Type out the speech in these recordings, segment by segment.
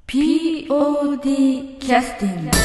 POD キャスティング。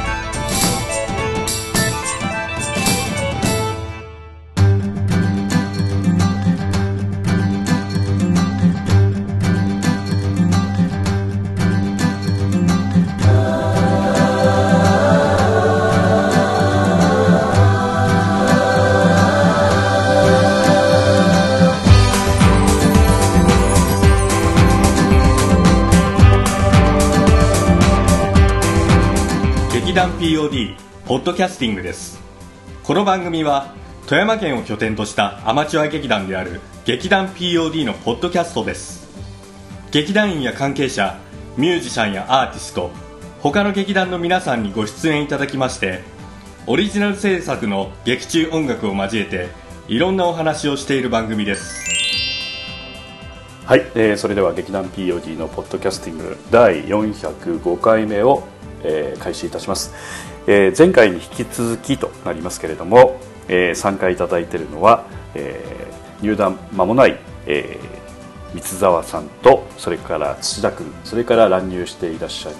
劇団 POD ポッドキャスティングです。この番組は富山県を拠点としたアマチュア劇団である劇団 POD のポッドキャストです。劇団員や関係者、ミュージシャンやアーティスト、他の劇団の皆さんにご出演いただきまして、オリジナル制作の劇中音楽を交えていろんなお話をしている番組です。 はい、それでは劇団 POD のポッドキャスティング第405回目を開始いたします。前回に引き続きとなりますけれども、参加いただいているのは、入団間もない、三沢さんと、それから土田君、それから乱入していらっしゃった、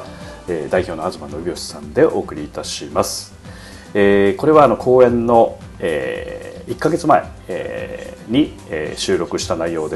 代表の東信義さんでお送りいたします。これは公演の、1ヶ月前、に、収録した内容です。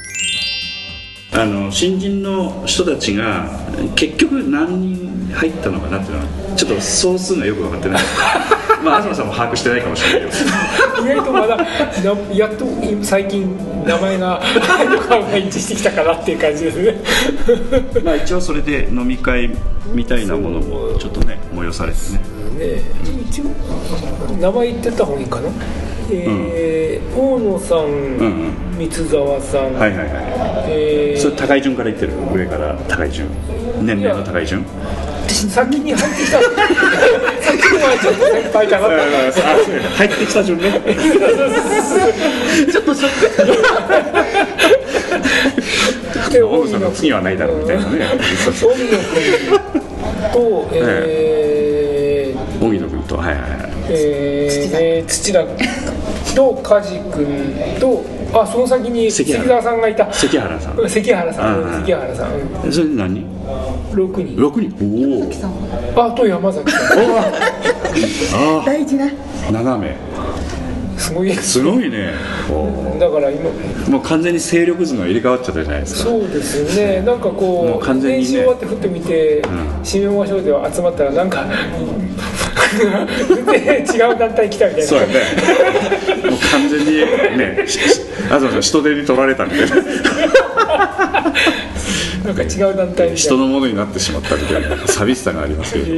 新人の人たちが結局何人入ったのかなっていうのはちょっと総数がよく分かってないまあ東さんも把握してないかもしれないけど意外とまだやっと最近名前が一致してきたかなっていう感じですねまあ一応それで飲み会みたいなものもちょっとね催されてね、 一応名前言ってた方がいいかな。大野さん、三沢さん、 はいはいはい、それ高い順から言ってる、上から高い順、年齢の高い順、 先に入ってきた先にはちょっと先輩かな入ってきた順ねちょっとショックで大野さんの次はないだろうみたいなね荻野君と荻野君と、はいはいはい、 土田と梶君と、その先に関澤さんがいた。 関原さん、 関原さん、 それで何人 ？6人。 おお。 あと山崎さん大事な 7名、 すごいね。 だから今もう完全に勢力図が入れ替わっちゃったじゃないですか。 そうですね。なんかこう、 ね、 練習終わって振ってみて、締めましょうで集まったらなんか違う団体来たみたいな。 そうやねもう完全にね東さん人手に取られたみたいななんか違う団体人のものになってしまったみたいな寂しさがありますけど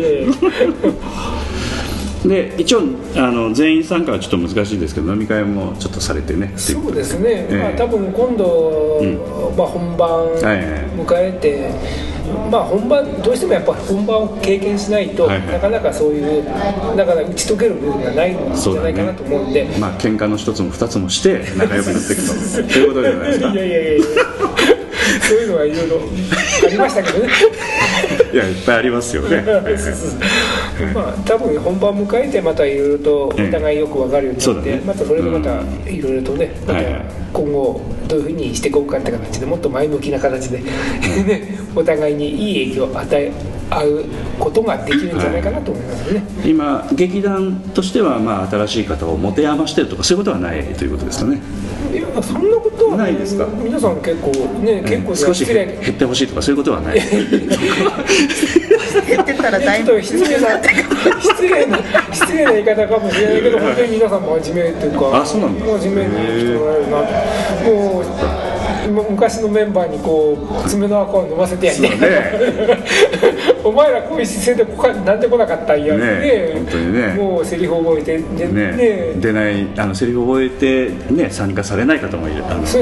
で一応全員参加はちょっと難しいですけど、飲み会もちょっとされてね。 そうですね、多分今度、本番迎えて、本番どうしてもやっぱ本番を経験しないと、なかなかそういうだから打ち解ける部分がないんじゃないかなと思うんで、 喧嘩の一つも二つもして仲良くなっていくとそういうことじゃないですか。 いやそういうのはいろいろありましたけどねいや、いっぱいありますよね多分本番迎えてまたいろいろとお互いよく分かるようになって、またそれでまたいろいろとね、また今後どういうふうにしていこうかって形でもっと前向きな形でお互いにいい影響を与え合うことができるんじゃないかなと思いますね。 今劇団としては新しい方を持て余してるとかそういうことはないということですかね。 いや、そんなことはないですか。 皆さん結構ね、結構少し減ってほしいとかそういうことはない減ってたらだいぶ失礼な言い方かもしれないけど、本当に皆さんも真面目というか、 そうなんだ、 真面目に人がいるな。もう昔のメンバーにこう爪の赤を飲ませてやりたいお前らこういう姿勢でなんで来なかったんやね、本当にね、もうセリフ覚えて出ないセリフ覚えてね参加されない方もいる。セ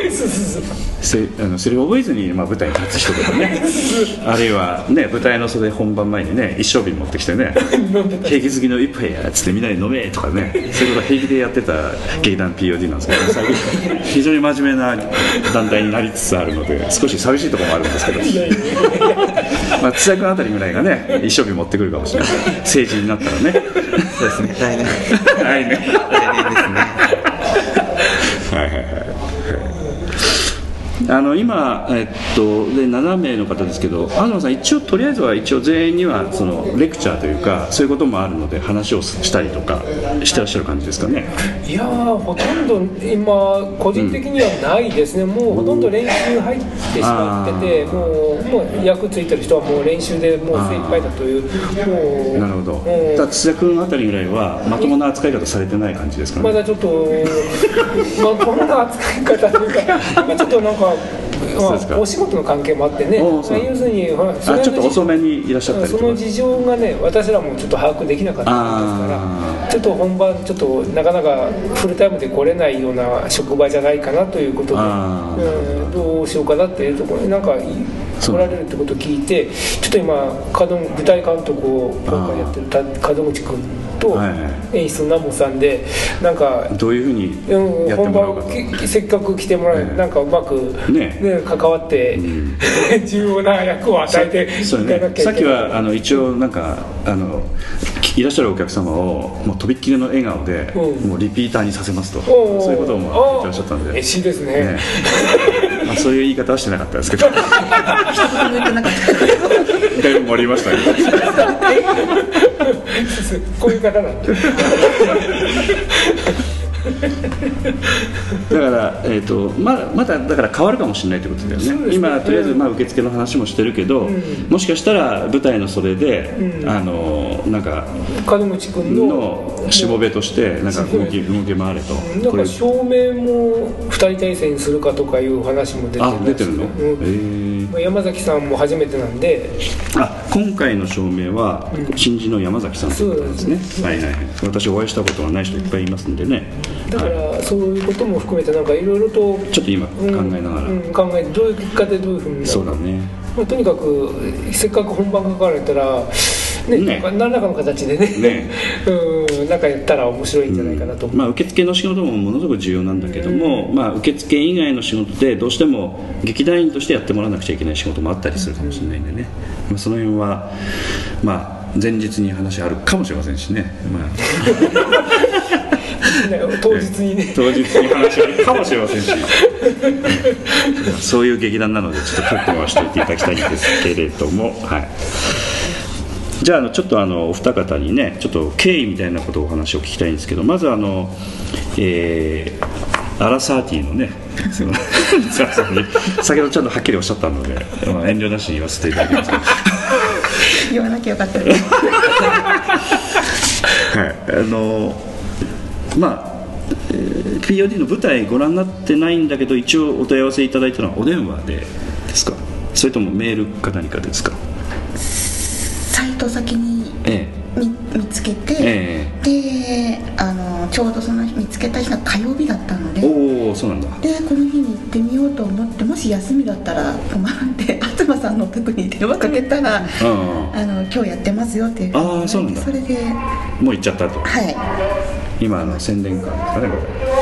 リフ覚えずに舞台に立つ人とかねあるいはね舞台の袖本番前にね一升瓶持ってきてねケーキ好きの一杯やっつってみんなで飲めとかね、そういうこと平気でやってた劇団 POD なんですけど、最近非常に真面目な団体になりつつあるので少し寂しいところもあるんですけど津田君あたりぐらいがね一升瓶持ってくるかもしれない成人になったらね。 そうですね、来年来年ですねはいはいはいはい。 今、で7名の方ですけど、東さん一応とりあえずは全員にはそのレクチャーというかそういうこともあるので話をしたりとかしてらっしゃる感じですかね。 いやほとんど今個人的にはないですね、もうほとんど練習入ってしまってて、もう役ついてる人はもう練習でもう精一杯だという。 なるほど。土田君あたりぐらいはまともな扱い方されてない感じですかね。 まだちょっとまともな扱い方というかちょっとなんかお仕事の関係もあってね、要するにちょっと遅めにいらっしゃったりとか、 その事情がね私らもちょっと把握できなかったものですから、ちょっと本番ちょっとなかなかフルタイムで来れないような職場じゃないかなということで、どうしようかなっていうところになんか来られるってことを聞いて、ちょっと今舞台監督を今回やってる門口君と演出の南本さんでなんかどういうふうにやってもらおうかと、 本番せっかく来てもらえる、なんかうまく、関わって、重要な役を与えていかなきゃいけない。 さっきは一応なんかいらっしゃるお客様をもうとびっきりの笑顔で、もうリピーターにさせますと、そういうことを言ってらっしゃったんで、 嬉しいですね。 そういう言い方はしてなかったですけどだいぶ盛りましたねこういう方なんでだから、まだだから変わるかもしれないということだよね。今とりあえず受付の話もしてるけど、もしかしたら舞台の袖で、なんか門口君のしもべとしてなんか動き回れと、 なんか照明も2人体制にするかとかいう話も出てる。 出てるの？ 山崎さんも初めてなんで、 今回の照明は新人の山崎さんということなんですね。私お会いしたことがない人いっぱいいますんでね。 だからそういうことも含めてなんかいろいろとちょっと今考えながら、 考えてどういう結果でどういうふうになるか。 そうだね。 とにかくせっかく本番が書かれたら何らかの形でねなんかやったら面白いんじゃないかなと思う。 受付の仕事もものすごく重要なんだけども、受付以外の仕事でどうしても劇団員としてやってもらわなくちゃいけない仕事もあったりするかもしれないんでね、その辺は前日に話あるかもしれませんしね、 当日に話あるかもしれませんしそういう劇団なのでちょっと覚悟はしておいていただきたいんですけれども、じゃあちょっとお二方にねちょっと経緯みたいなことをお話を聞きたいんですけど、まずアラサーティのね先ほどちゃんとはっきりおっしゃったので、遠慮なしに言わせていただきます言わなきゃよかったです POD の舞台ご覧になってないんだけど一応お問い合わせいただいたのはお電話でですか、それともメールか何かですか。 サイト先に見つけて、でちょうどその日見つけた日が火曜日だったので、 そうなんだ。 でこの日に行ってみようと思って、もし休みだったら困るんで東さんのお宅に電話かけたら今日やってますよっていう。 そうなんだ。 それでもう行っちゃったと。今宣伝会ですかねこれ。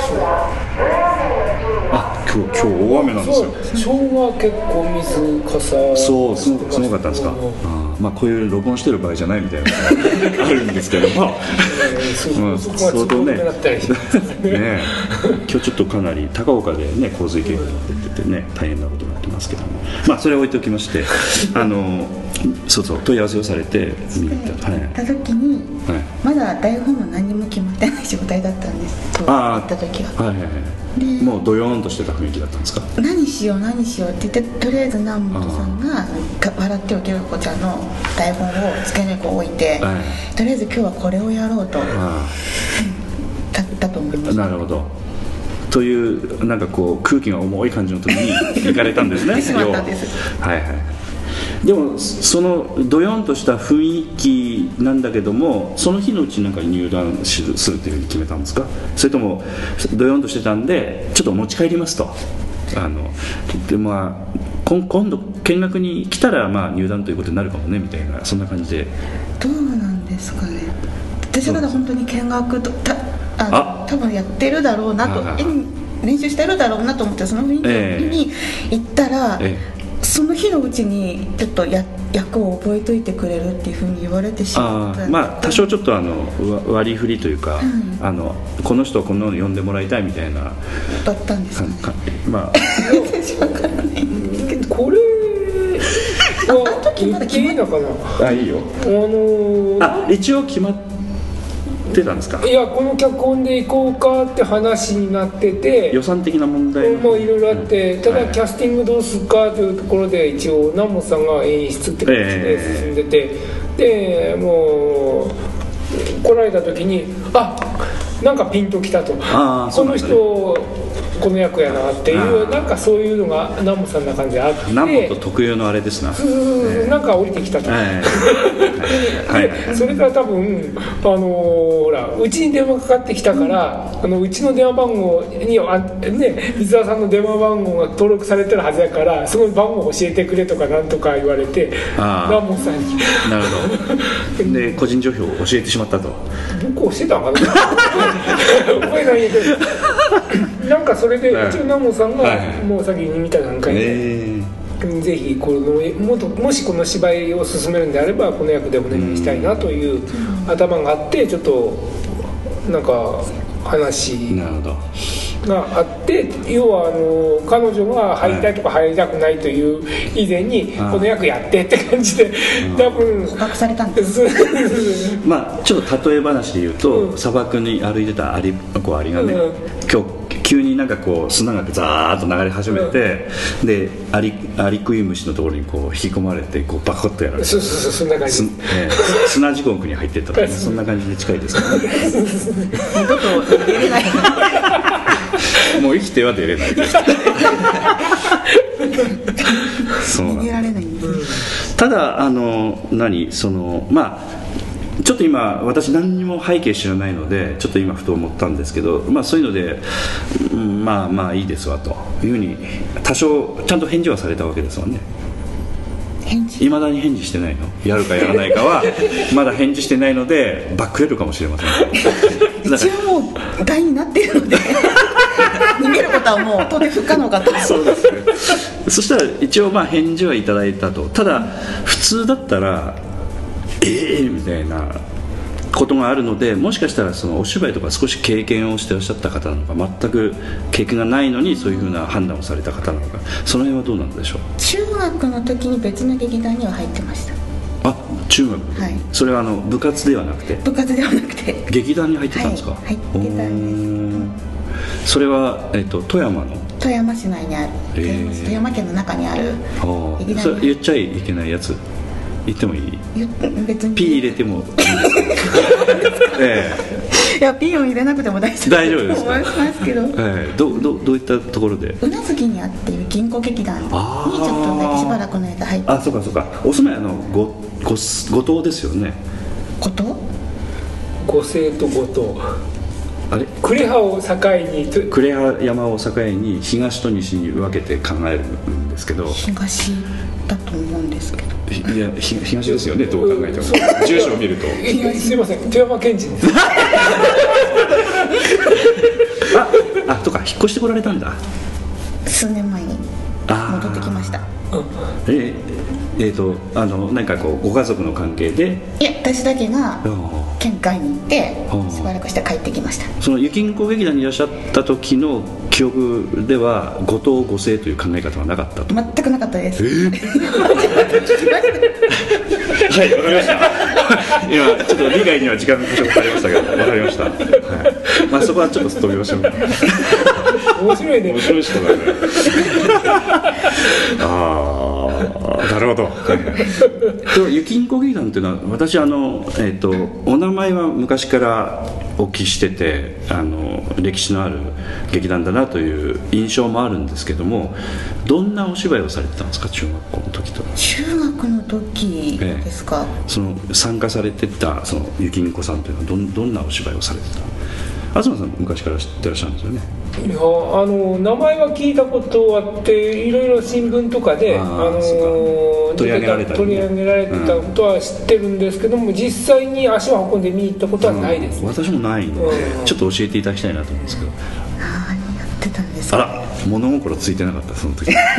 今日大雨なんですよ。 昭和結構水かさそうすごかったんですか。こういう録音してる場合じゃないみたいなのがあるんですけども相当ね今日ちょっとかなり高岡でね洪水警報が出ててね大変なことになってますけども、それは置いておきまして問い合わせをされて見に行った時に、まだ台本も何も決まってない状態だったんです。行った時はもうドヨーンとしてた雰囲気だったんですか。 何しようって言って、とりあえず南本さんが笑っておける子ちゃんの台本を机に置いて、とりあえず今日はこれをやろうとだと思います。 なるほど。というなんかこう空気が重い感じの時に行かれたんですね。 しまったんです。 でもそのドヨンとした雰囲気なんだけども、その日のうちになんか入団するっていうふうに決めたんですか。それともドヨンとしてたんでちょっと持ち帰りますとで今度見学に来たら入団ということになるかもねみたいな、そんな感じで。 どうなんですかね。私は本当に見学と多分やってるだろうなと、練習してるだろうなと思って、その雰囲気に行ったら、 その日のうちにちょっと役を覚えといてくれるっていうふうに言われてしまった。 まあ多少ちょっと割り振りというか、この人をこの呼んでもらいたいみたいなだったんですかね。 まあ私分からないんですけど、 これあの時まだ決まいいのかな。 いいよ。一応決まってたんですか。 いや、この脚本で行こうかって話になってて、 予算的な問題もいろいろあって、ただキャスティングどうするかというところで一応南本さんが演出って形で進んでて、でもう来られた時になんかピンときたと、この人この役やなっていう、なんかそういうのが南本さんの中であって、 南本特有のあれですな、 なんか降りてきたと、それから多分ほらうちに電話かかってきたから、うちの電話番号に水沢さんの電話番号が登録されてるはずやから、その番号を教えてくれとかなんとか言われて、南本さんになるほどで個人情報を教えてしまったと。 僕教えたんかな覚えないけどなんかそれで一応南本さんがもう先に見た段階で、ぜひもしこの芝居を進めるんであればこの役でお願いしたいなという頭があって、ちょっとなんか話があって、要は彼女が入りたいとか入りたくないという以前にこの役やってって感じで多分捕獲されたんですまあちょっと例え話で言うと、砂漠に歩いてたアリがね、急になんかこう砂がザーッと流れ始めて、でアリクイムシのところにこう引き込まれてこうバコッとやられて、 そんな感じ、 砂地獄に入ってったとか、そんな感じで近いですからね二度と出れないもう生きては出れないそうなん逃げられないんです。 ただまあちょっと今私何にも背景知らないのでちょっと今ふと思ったんですけど、まあそういうので、まあいいですわというふうに多少ちゃんと返事はされたわけですもんね。いまだに返事してないの？やるかやらないかはまだ返事してないのでバックれるかもしれません一応もう大になっているので逃げることはもう到底不可能かと。 そうですねそしたら一応まあ返事はいただいたと。ただ普通だったらみたいなことがあるので、もしかしたらそのお芝居とか少し経験をしてらっしゃった方なのか、全く経験がないのにそういうふうな判断をされた方なのか、その辺はどうなんでしょう。 中学の時に別の劇団には入ってました。 中学、 はい、 それは部活ではなくて部活ではなくて劇団に入ってたんですか。 はい、入ってたんです。 それは、富山市内にある、富山県の中にある劇団。 それ言っちゃいけないやつ言ってもいい？ 別に P 入れてもいいいや P を入れなくても大丈夫ですと思いますけど、 どういったところで？ 宇奈月にあっていう銀行劇団にちょっとだけしばらくの間入って。 そうかお住まい後藤ですよね。 後藤？ 五星と後藤、 あれ呉羽を境に呉羽山を境に東と西に分けて考えるんですけど、 東だと思うんですけど。 いや東ですよね、どう考えても住所を見ると。 すいません、富山県人ですとか引っ越してこられたんだ。 数年前に戻ってきました。 何かこうご家族の関係で？ いや、私だけが県外に行ってしばらくして帰ってきました。 その雪んこ劇団にいらっしゃった時の記憶では後藤五星という考え方はなかったと？ 全くなかったです。 はい、わかりました今ちょっと理解には時間がかかりましたけどわかりました、はい、そこはちょっと飛びましょう面白いね。 面白い人だねなるほど雪んこ劇団っていうのは私お名前は昔からお聞きしてて歴史のある劇団だなという印象もあるんですけども、どんなお芝居をされてたんですか、中学校の時と？ 中学の時ですか、 その参加されてたその雪んこさんというのはどんなお芝居をされてたの？東さん昔から知ってらっしゃるんですよね。 いや名前は聞いたことあって、いろいろ新聞とかで取り上げられてたことは知ってるんですけども、実際に足を運んで見に行ったことはないです、ね。 私もないので、ちょっと教えていただきたいなと思うんですけど。 何やってってたんですあら、物心ついてなかったその時あ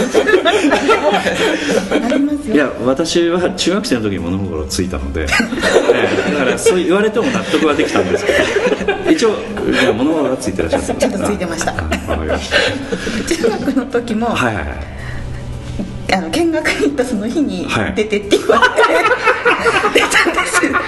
りますよ。 いや、私は中学生の時に物心ついたので、だからそう言われても納得はできたんですけど、一応いや物心はついてらっしゃった。 ちょっとついてました。 わかりました。 中学の時も、 はいはいはい、 見学に行ったその日に出てって言われて、出たんですよ。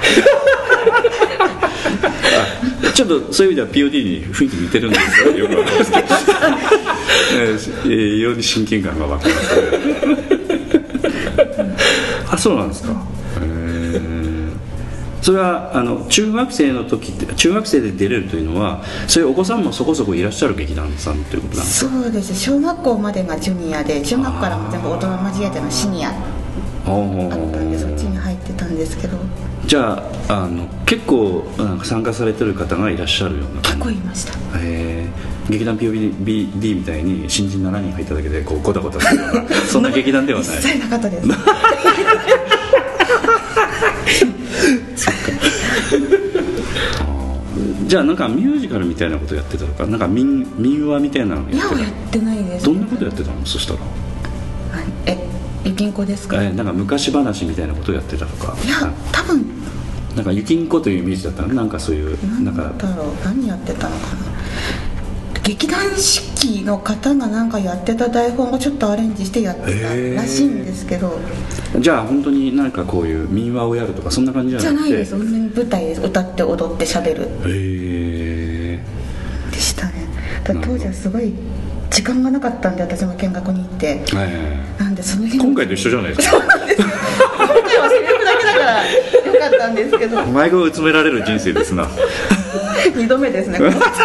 ちょっとそういう意味では POD に雰囲気似てるんですよ。よくわかりますけど、異様に親近感が湧きますね。あ、そうなんですか。それは中学生の時って、中学生で出れるというのは、そういうお子さんもそこそこいらっしゃる劇団さんということなんですか？ そうです。小学校までがジュニアで、中学からも全部大人交えてのシニアあったんで、そっちに入ってたんですけど。 じゃあ結構なんか参加されてる方がいらっしゃるような。 結構いました。 劇団 POD みたいに新人7人入っただけでこうゴタゴタするようなそんな劇団ではない。 一切なかったです。 そっか。じゃあなんかミュージカルみたいなことやってたのか、なんか民話みたいなのやってた？ いや、やってないです。 どんなことやってたの？そしたらゆきんこですか？ なんか昔話みたいなことをやってたとか。 いや、多分なんかゆきんこというイメージだったの？なんかそういうなんだろう、何やってたのかな。劇団四季の方がなんかやってた台本をちょっとアレンジしてやってたらしいんですけど。 じゃあ本当になんかこういう民話をやるとかそんな感じじゃなくて？ じゃないです。本当に舞台で歌って踊って喋るでしたね。だ当時はすごい時間がなかったんで、私も見学に行って、なんでその日今回と一緒じゃないですか。 そうなんですよ。今回はセリフだけだからよかったんですけど、 迷子を詰められる人生ですな。 2度目ですね。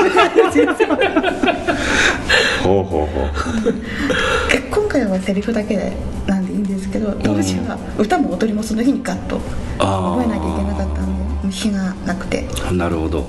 ほうほうほう。 今回はセリフだけなんでいいんですけど、当時は歌も踊りもその日にガッと覚えなきゃいけなかったんで、日がなくて。 なるほど。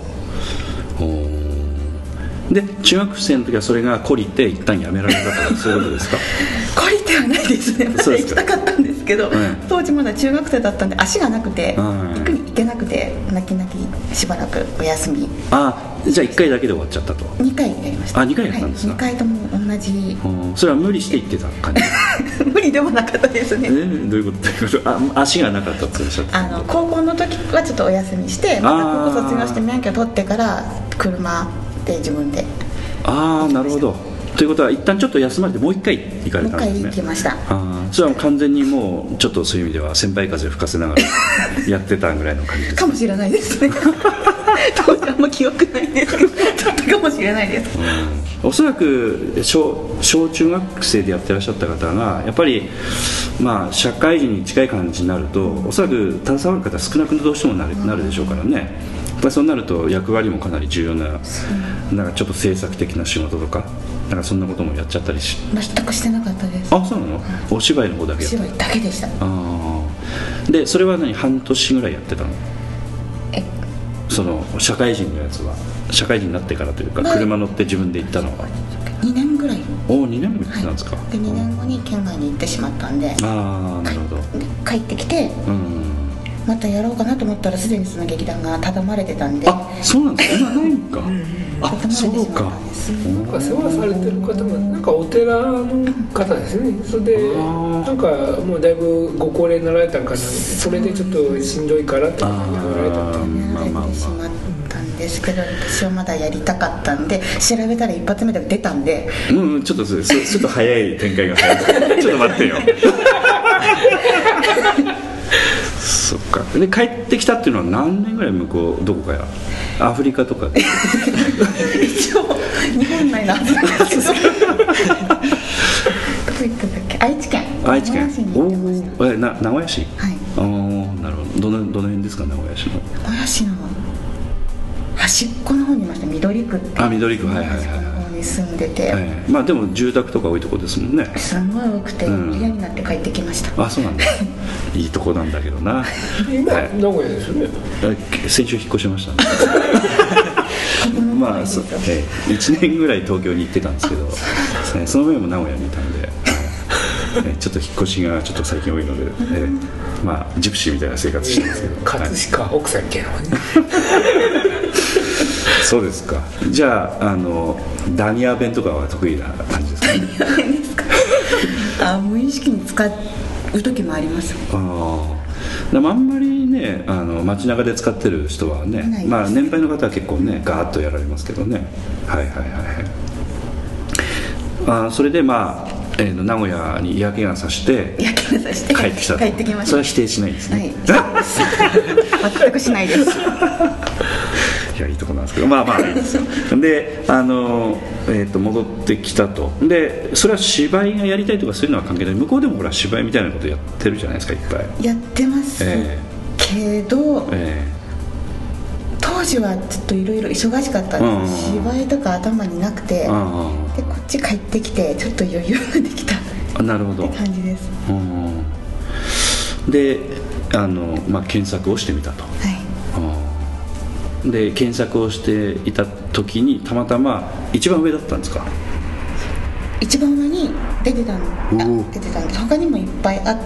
で中学生の時はそれが懲りて一旦やめられたとかそういうことですか？ 懲りてはないですね。まだ行きたかったんですけど、当時まだ中学生だったんで足がなくて行くに行けなくて、泣き泣きしばらくお休み。 じゃあ1回だけで終わっちゃったと。 2回やりました。 2回やったんですか？ 2回とも同じ。 それは無理して行ってた感じ？ 無理でもなかったですね。 どういうこと？足がなかったっておっしゃってた。 高校の時はちょっとお休みして、また高校卒業して免許取ってから車で自分で。 なるほど。ということは一旦ちょっと休まれてもう一回行かれたんですね。 もう一回行きました。 それは完全にもうちょっとそういう意味では先輩風吹かせながらやってたぐらいの感じですか？ かもしれないですね。当時あんま記憶ないですけど、ちょっとかもしれないです。 おそらく小中学生でやってらっしゃった方がやっぱり社会人に近い感じになると、おそらく携わる方少なくどうしてもなるでしょうからね。やっぱりそうなると役割もかなり重要な、なんかちょっと制作的な仕事とか、なんかそんなこともやっちゃったりし。 全くしてなかったです。 そうなの？お芝居の方だけやった？ お芝居だけでした。 でそれは半年ぐらいやってたの？その社会人のやつは社会人になってからというか、車乗って自分で行ったのは 2年ぐらい。 2年も行ってたんですか？ で2年後に県外に行ってしまったんで、 なるほど。 帰ってきて、またやろうかなと思ったらすでにその劇団が畳まれてたんで。 そうなんですか？今ないのか。そうか。 世話されてる方がなんかお寺の方ですね。それでなんかもうだいぶご高齢になられたんかな、それでちょっとしんどいからって言われたってしまったんですけど、私はまだやりたかったんで調べたら一発目で出たんで、 ちょっと早い展開が早い。ちょっと待ってよ。そっか。で帰ってきたっていうのは何年ぐらい向こう、どこかやアフリカとかで？ 一応日本内のはずなんですけど。どこ行っただっけ？愛知県。 愛知県。 名古屋市。 はい。 なるほど。どの辺ですか？名古屋市の。 名古屋市の端っこの方にいました。緑区って。 緑区、はいはいはい。 に住んでて、 でも住宅とか多いとこですもんね。 すごい多くて、嫌になって帰ってきました。 そうなんだ。いいとこなんだけどな。 今名古屋ですよね。 先週引っ越しましたね。1年ぐらい東京に行ってたんですけど、その前も名古屋にいたんで、ちょっと引っ越しがちょっと最近多いので、ジプシーみたいな生活してますけど。 葛飾奥さん系のね。 そうですか。じゃあダニア弁とかは得意な感じですかね。 ダニア弁ですか。無意識に使う時もあります。 でもあんまりね街中で使ってる人はね、まあ年配の方は結構ねガーッとやられますけどね。はいはいはい。それでまあ名古屋に嫌気がさして帰ってきたと。 帰ってきました。 それは否定しないんですね。 はい、全くしないです。 いやいいとこなんですけど、まあいいですよ。で戻ってきたと。でそれは芝居がやりたいとかそういうのは関係ない。向こうでもほら芝居みたいなことやってるじゃないですか、いっぱい。 やってますけど、当時はちょっといろいろ忙しかったんです。芝居とか頭になくて、でこっち帰ってきてちょっと余裕ができた。なるほどって感じです。 でまあ、検索をしてみたと。で検索をしていた時にたまたま一番上だったんですか。 一番上に出てたんです。他にもいっぱいあって、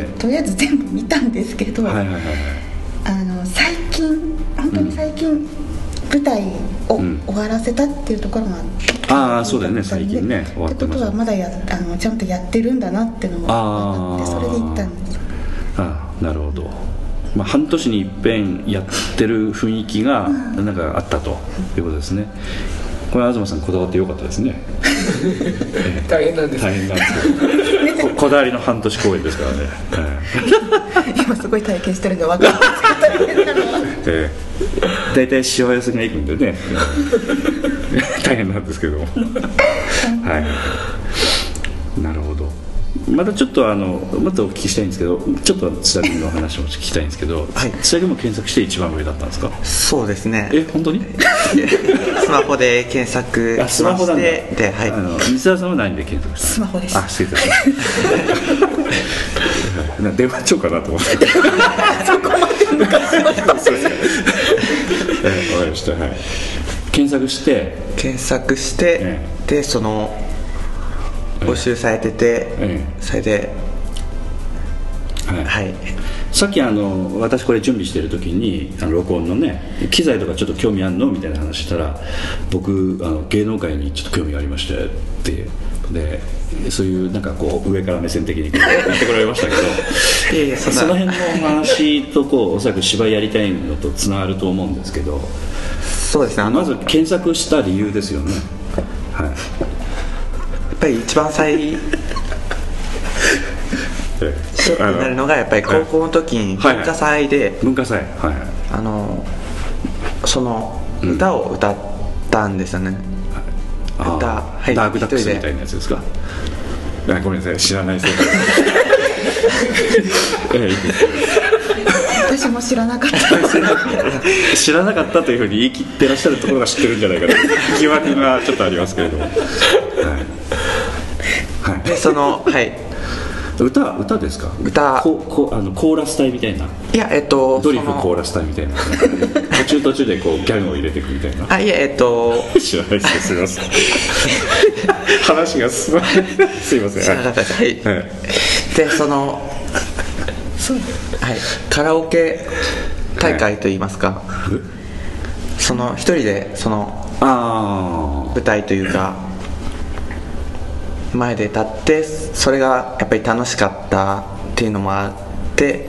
とりあえず全部見たんですけど、最近本当に最近舞台を終わらせたっていうところがあって、そうだよね、最近ね終わってました。ってことはまだちゃんとやってるんだなっていうのが分かって、それで行ったんです。 なるほど。まあ、半年に一遍やってる雰囲気がなんかあったということですね。これ東さんこだわってよかったですね。 大変なんですけどこだわりの半年公演ですからね。 今すごい体験してるんで分かるんですけど、 大体しわ寄せがいくんでね大変なんですけどもなるほど。またちょっともっとお聞きしたいんですけど、ちょっと津田君の話も聞きたいんですけど、津田君も検索して一番上だったんですか。 そうですね。 本当にスマホで検索しまして、 スマホなんだ。 で、 水田さんは何で検索したの。 スマホです。 失礼いたしました電話帳かなと思ってそこまで昔はそうですか。わかりました。検索して、でその募集されてて、それでさっき私これ準備してる時に録音のね機材とかちょっと興味あんのみたいな話したら、僕芸能界にちょっと興味がありましてってで、そういうなんかこう上から目線的に言ってこられましたけどその辺のお話とおそらく芝居やりたいのとつながると思うんですけど。 そうですね。 まず検索した理由ですよね。 やっぱり一番最初になるのがやっぱり高校の時に文化祭でその歌を歌ったんですよね。 ダークダックスみたいなやつですか。ごめんなさい、知らないです私も知らなかった知らなかったというふうに言い切ってらっしゃるところが知ってるんじゃないかと疑惑がちょっとありますけれども、 でその歌ですか。コーラス隊みたいな。 いやドリフコーラス隊みたいな途中でこうギャグを入れていくみたいな。 いや知らないです。すみません話がすいません。 知らなかったです。でそのカラオケ大会といいますか、その一人でその舞台というか前で立って、それがやっぱり楽しかったっていうのもあって。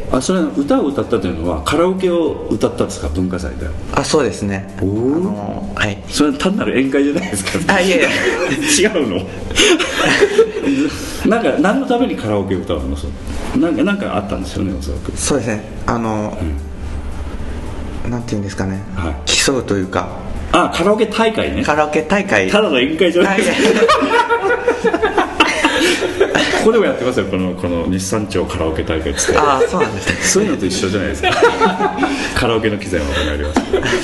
それは歌を歌ったというのはカラオケを歌ったんですか、文化祭で。 そうですね。 それは単なる宴会じゃないですか。 いや違うのなんか何のためにカラオケを歌うの。なんかあったんですよね、おそらく。 そうですね。なんていうんですかね、競うというか。 カラオケ大会ね。 カラオケ大会。 ただの宴会じゃないですか。ここでもやってますよ、この日産町カラオケ大会って。 そうなんですね。 そういうのと一緒じゃないですかカラオケの機材もありますけど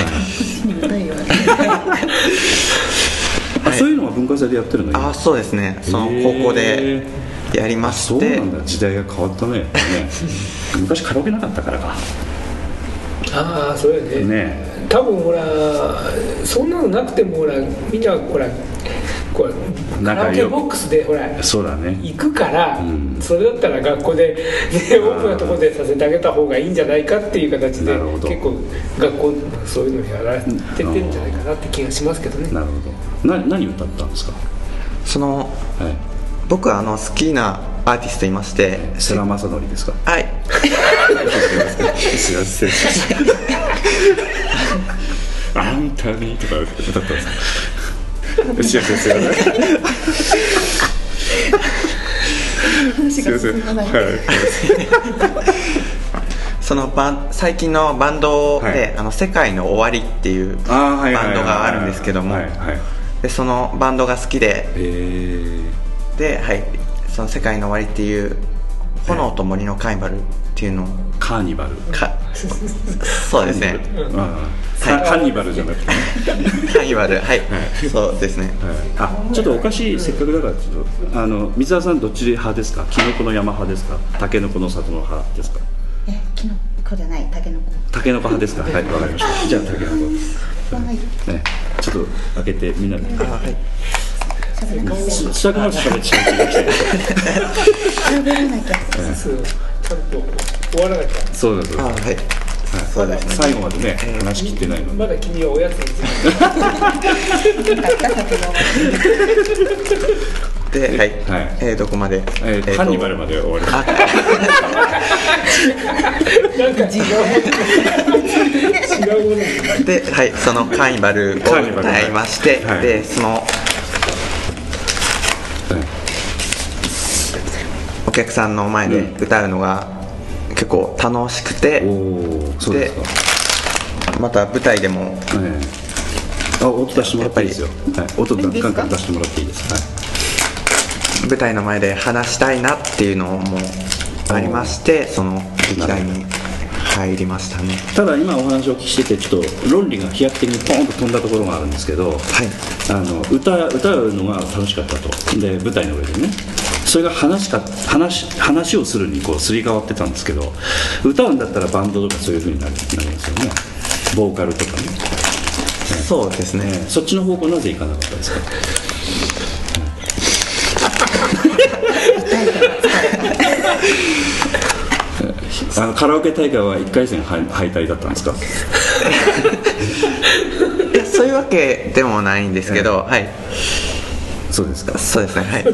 そういうのは文化祭でやってるの。 そうですね。その高校でやりまして。 そうなんだ、時代が変わったね昔カラオケなかったからか。 そうやね。多分ほらそんなのなくてもほらみんなほらこうカラオケボックスでほらそうだね行くから、それだったら学校で、ね、オープンなところでさせてあげた方がいいんじゃないかっていう形で結構学校そういうのやられてるんじゃないかなって気がしますけどね。 なるほど。何歌ったんですか？ 僕は好きなアーティストいまして、 世良正則ですか？ はい。 すいません。あんたにとか歌ったんですか？すいません。すいません。 最近のバンドで、世界の終わりっていうバンドがあるんですけども、でそのバンドが好きで、その世界の終わりっていう炎と森のカーニバルっていうのをカーニバルそうですね、 カーニバルじゃなくてカーニバル、はい、そうですね。 ちょっとおかしい、せっかくだからちょっと水沢さんどっち派ですか？キノコの山派ですか？タケノコの里の派ですか？ キノコじゃない、タケノコ派ですか？はい、わかりました。じゃあタケノコね、ちょっと開けてみんなで下から喋ってしまって喋らなきゃ、ちゃんと終わらなきゃ。 そうだそうだ。 はい。そうですね。 最後までね、話聞いてないの。 まだ君はおやつにで、はい。どこまで？ カーニバルまで終わりました。 なんか違うもの。 で、はい、そのカーニバルを歌いまして、でそのお客さんの前で歌うのが結構楽しくて、でまた舞台でも音出してもらっていいですよ。音ガンガン出してもらっていいです。 舞台の前で話したいなっていうのもありまして、その劇団に入りましたね。 ただ今お話をお聞きしてて、ちょっと論理が飛躍的にポンと飛んだところがあるんですけど、歌うのが楽しかったと。で舞台の上でね、それが話をするにこうすり替わってたんですけど、歌うんだったらバンドとかそういう風になりますよね。ボーカルとかね。 そうですね。 そっちの方向なぜいかなかったですか？カラオケ大会は1回戦敗退だったんですか？ いや、そういうわけでもないんですけど、はい。 そうですか。 そうですね。はい。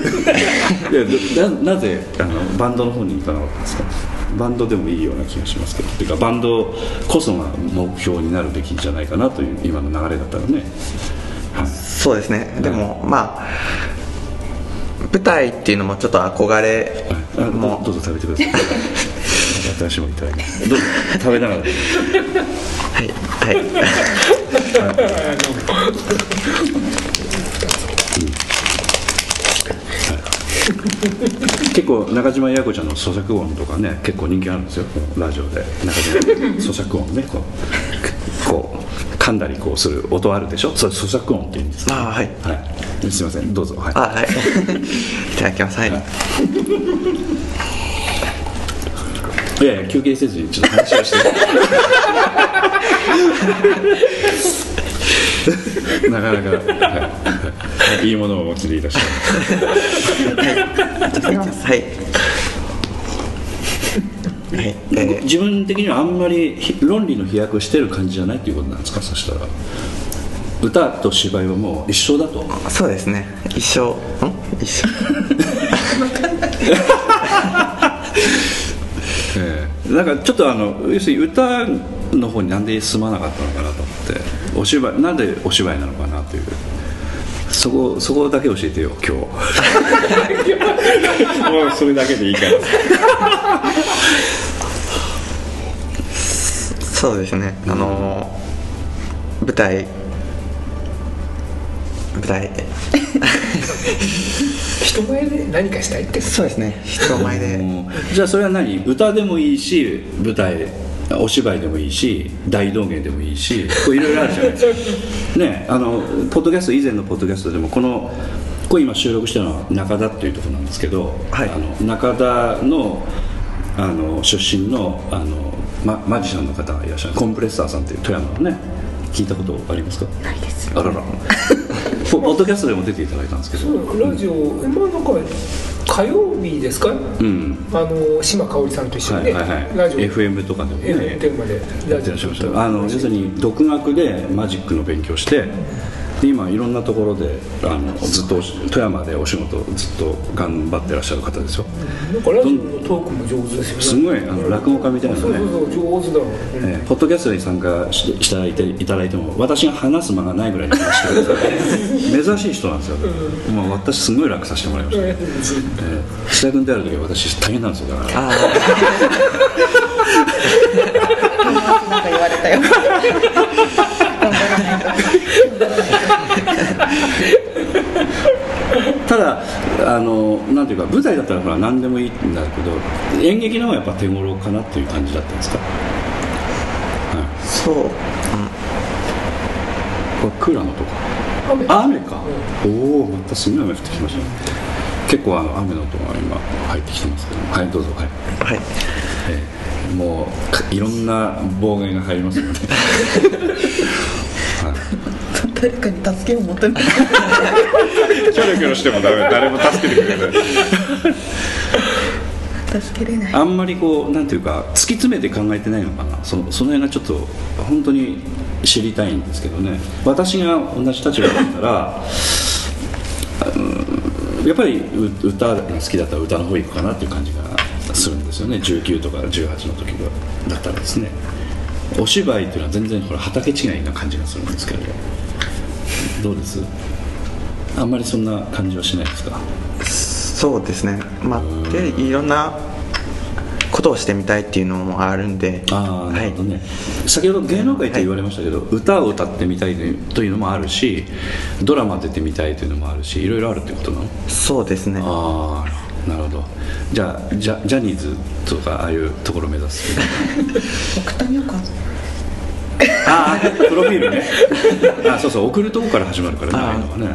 なぜバンドの方に行かなかったんですか？バンドでもいいような気がしますけど、ていうかバンドこそが目標になるべきじゃないかなという今の流れだったらね。 そうですね。でもまあ舞台っていうのもちょっと憧れも、 どうぞ食べてください。私もいただきます。どうぞ食べながら。 はいはい。 結構中島八重子ちゃんの咀嚼音とかね、結構人気あるんですよ、ラジオで。中島咀嚼音ね、こう噛んだりこうする音あるでしょ、それ咀嚼音って言うんです、ね。 はい、 はい、すいません、どうぞ。はい、 はい、いただきます。はい、 いやいや、休憩せずにちょっと話をしてなかなか、はい、いいものをお持ちでいらっしゃる。はい、自分的にはあんまり論理の飛躍してる感じじゃないっていうことなんですか？そしたら歌と芝居はもう一緒だと。 そうですね、一緒なんかちょっと要するに歌の方になんで進まなかったのかなと思って、なんでお芝居なのかなという、そこだけ教えてよ今日。もうそれだけでいいから。 そうですね、舞台人前で何かしたいって。 そうですね、人前で。 じゃあそれは何？歌でもいいし、舞台お芝居でもいいし、大道芸でもいいし、こういろいろあるじゃないですか。ね、ポッドキャスト、以前のポッドキャストでもこれ今収録してるのは中田っていうところなんですけど、はい、中田の出身のマジシャンの方がいらっしゃる、コンプレッサーさんっていう富山のね、聞いたことありますか？ ないです。 あらら。 ポッドキャストでも出ていただいたんですけど、 ラジオ、なんか火曜日ですか、島香織さんと一緒にね、 ラジオ FM とかでもね、 FM までやってらっしゃいました。要するに独学でマジックの勉強して、で今いろんなところでずっと富山でお仕事ずっと頑張ってらっしゃる方ですよ。 なんかラジオのトークも上手ですよね。 すごい落語家みたいなね。 そう上手だ。 ポッドキャストに参加していただいても私が話す間がないぐらいに話してくれて珍しい人なんですよ。私すごい楽させてもらいました。志田君である時は私大変なんですよ。だから。 なんか言われたよ。 ただなんていうか舞台だったらほら何でもいいんだけど演劇の方がやっぱ手頃かなっていう感じだったんですか？ そう、これクーラーのとか雨か、おおまたすごい雨降ってきましたね。結構雨の音が今入ってきてますけど、はいどうぞ。はい、もういろんな暴言が入りますよね。 誰かに助けを求めてキョロキョロしてもダメ、誰も助けてくれない。 助けれない。 あんまりこうなんていうか突き詰めて考えてないのかな。その辺がちょっと本当に知りたいんですけどね。私が同じ立場だったらやっぱり歌が好きだったら歌の方行くかなっていう感じがするんですよね。19とか18の時だったらですね。お芝居っていうのは全然ほら畑違いな感じがするんですけど、どうです？あんまりそんな感じはしないですか？ そうですね、でいろんなことをしてみたいっていうのもあるんで。 なるほどね。先ほど芸能界って言われましたけど、歌を歌ってみたいというのもあるし、ドラマ出てみたいというのもあるし、いろいろあるってことなの？ そうですね。 なるほど。じゃあジャニーズとかああいうところを目指す。 送ってみようか。 プロフィールね。そう送るとこから始まるからね、ああいうのはね。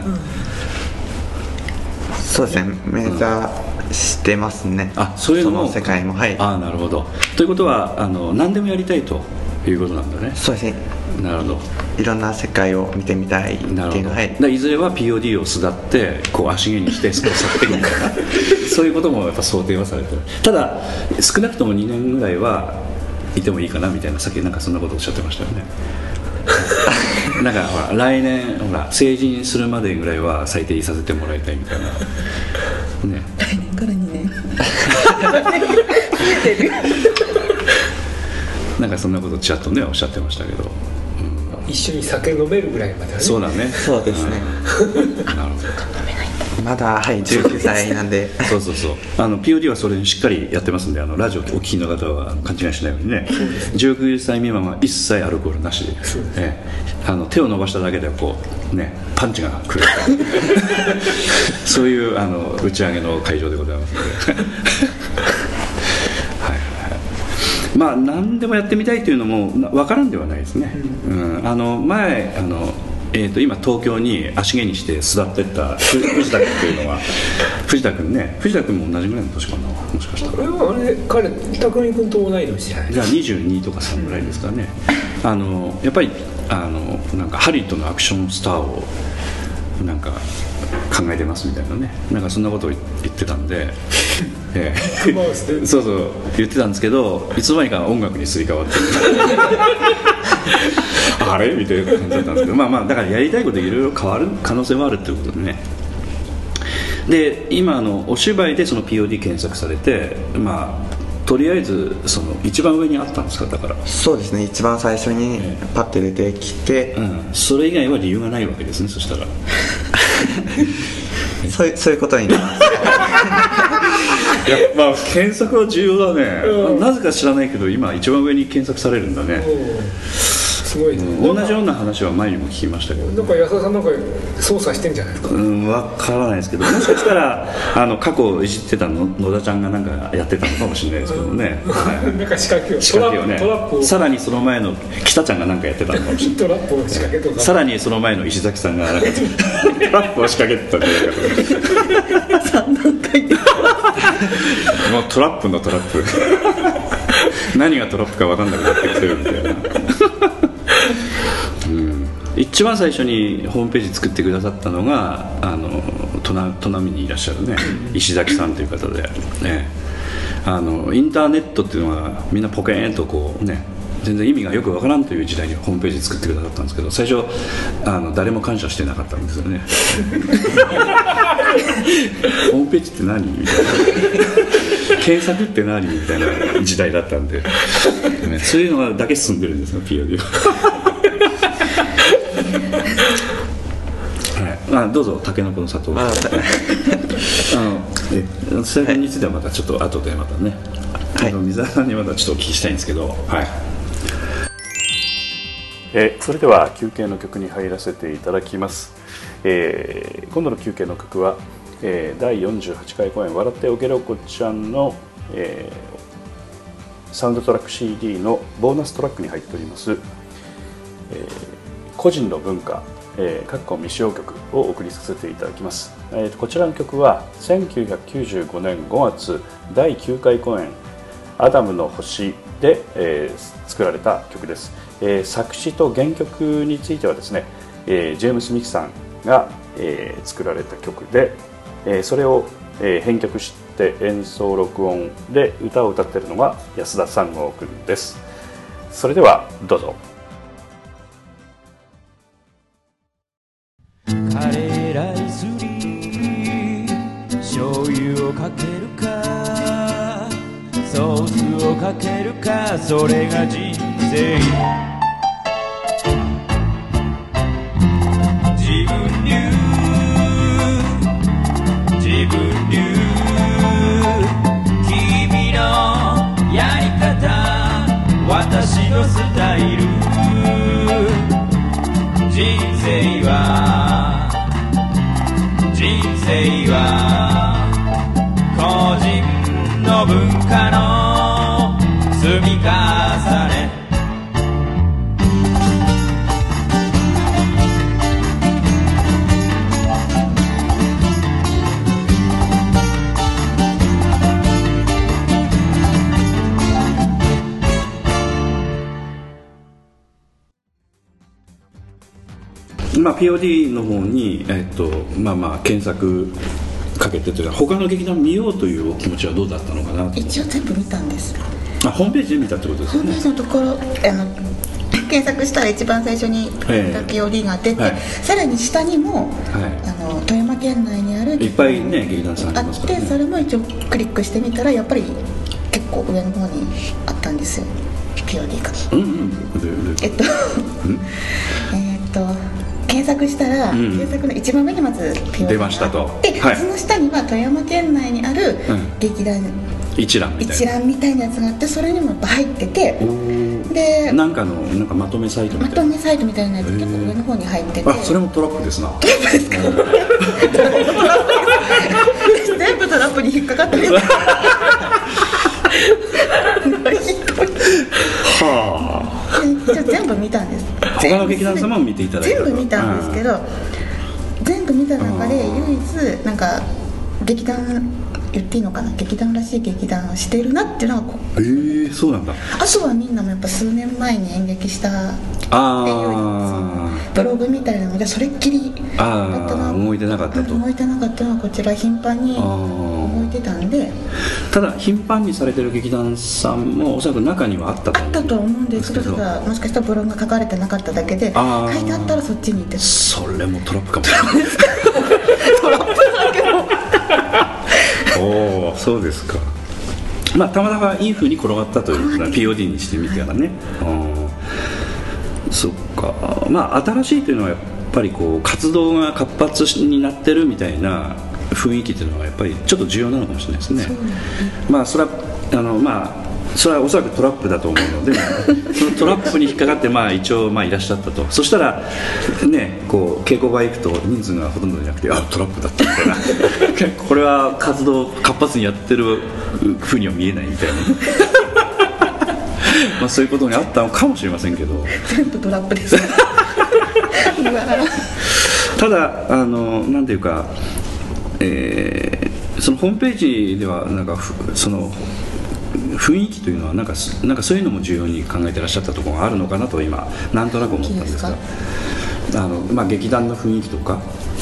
そうですね、目指してますね。 そういうのもその世界も。なるほど。ということは何でもやりたいということなんだね。 そうですね。 なるほど。 いろんな世界を見てみたいっていうの。 いずれは POD を巣立ってこう足毛にして少し去っていくみたいなそういうこともやっぱ想定はされてる。ただ少なくとも2年ぐらいはいてもいいかなみたいな、さっきなんかそんなことおっしゃってましたよね。なんかほら来年成人するまでぐらいは最低いさせてもらいたいみたいなね。 来年から2年なんかそんなことちらっとねおっしゃってましたけど、 一緒に酒飲めるぐらいまではね。 そうだね。 そうですね。 なるほど。 まだ19歳なんで。 そう。POD はそれにしっかりやってますんで、ラジオをお聞きの方は勘違いしないようにね。19歳未満は一切アルコールなしで、手を伸ばしただけでこうねパンチが来る。そういう打ち上げの会場でございますので。何でもやってみたいというのも分からんではないですね。前今東京に足毛にして巣立っていった藤田君というのは藤田君も同じぐらいの年かな、もしかしたら。 彼匠君と同い年じゃない。 じゃあ22とか3ぐらいですかね。やっぱりなんかハリウッドのアクションスターをなんか考えてますみたいなね、なんかそんなことを言ってたんでそう言ってたんですけど、いつの間にか音楽にすり替わってあれみたいな感じだったんですけど、だからやりたいこといろいろ変わる可能性もあるっていうことでね。で今お芝居でその POD 検索されて、とりあえずその一番上にあったんですか？だからそうですね、一番最初にパッて出てきて、 それ以外は理由がないわけですね。そしたらそういうことになります。 やっぱ検索は重要だね。なぜか知らないけど今一番上に検索されるんだね。 すごいね。 同じような話は前にも聞きましたけど、 なんか安田さんなんか操作してんじゃないですか。 分からないですけど、もしかしたら過去いじってた野田ちゃんがなんかやってたのかもしれないですけどね。 なんか仕掛けをね。さらにその前の北ちゃんがなんかやってたのかもしれない。 トラップを仕掛けとか。 さらにその前の石崎さんがなんかトラップを仕掛けてたんじゃないかと。 3段階でもうトラップのトラップ何がトラップか分かんなくなってきてるみたいな。 一番最初にホームページ作ってくださったのが砺波にいらっしゃるね石崎さんという方で、ね、インターネットっていうのはみんなポケーンとこうね全然意味がよくわからんという時代にホームページ作ってくださったんですけど、最初誰も感謝してなかったんですよねホームページって何みたいな検索って何みたいな時代だったんで、ね、そういうのだけ進んでるんですよ POD は、はい、どうぞタケノコの里それについてはまたちょっと後でまたね、はい、水沢さんにまたちょっとお聞きしたいんですけど、はい、 それでは休憩の曲に入らせていただきます。今度の休憩の曲は、第48回公演笑っておげろこちゃんの、サウンドトラック CD のボーナストラックに入っております、個人の文化未使用曲をお送りさせていただきます。こちらの曲は1995年5月第9回公演アダムの星で、作られた曲です。作詞と原曲についてはですね、ジェームス・ミキさんが、作られた曲で、それを、編曲して演奏録音で歌を歌っているのが安田三郷くんです。それではどうぞ。 カレーライスに醤油をかけるかソースをかけるか、それが人生。自分流君のやり方、私のスタイル。人生は個人の文化の積み重ね。 POD の方に、検索かけてというか他の劇団見ようというお気持ちはどうだったのかなと。 一応全部見たんです。 ホームページで見たってことですね。 ホームページのところ検索したら一番最初に POD が出て、さらに下にも、富山県内にあるいっぱいね劇団さんありますからね。 あって、それも一応クリックしてみたらやっぱり結構上の方にあったんですよ POD が。検索したら、検索の一番目にまず POD が出ましたと。 で、その下には富山県内にある劇団、 一覧みたいなやつがあって、それにも入ってて、でなんかまとめサイトみたいなやつ結構上の方に入ってて、 それもトラップですな。 全部トラップに引っかかってる。全部見たんです。 他の劇団様も見ていただいた。 全部見たんですけど、全部見た中で唯一なんか劇団言っていいのかな、劇団らしい劇団をしてるなっていうのがそうなんだ。 あとはみんなもやっぱ数年前に演劇したっていうブログみたいなので、それっきりだったな。 動いてなかったと。 動いてなかったのはこちら頻繁に動いてたんで。 ただ頻繁にされてる劇団さんもおそらく中にはあったと思うんですけど、ただもしかしたらブログが書かれてなかっただけで、書いてあったらそっちに行って。それもトラップかもしれない。 トラップだけど。 おお、そうですか。たまたまいい風に転がったというか POD にしてみてからね。そっか。新しいというのはやっぱりこう活動が活発になってるみたいな雰囲気というのはやっぱりちょっと重要なのかもしれないですね。それはそれはおそらくトラップだと思うのでそのトラップに引っかかって一応いらっしゃったと。そしたらね、こう稽古場行くと人数がほとんどじゃなくてトラップだったみたいなこれは活動活発にやってるふうには見えないみたいなそういうことにあったのかもしれませんけど、 全部トラップですただなんていうか、そのホームページではなんかその雰囲気というのはなんかそういうのも重要に考えてらっしゃったところがあるのかなと今なんとなく思ったんですが、 劇団の雰囲気とか、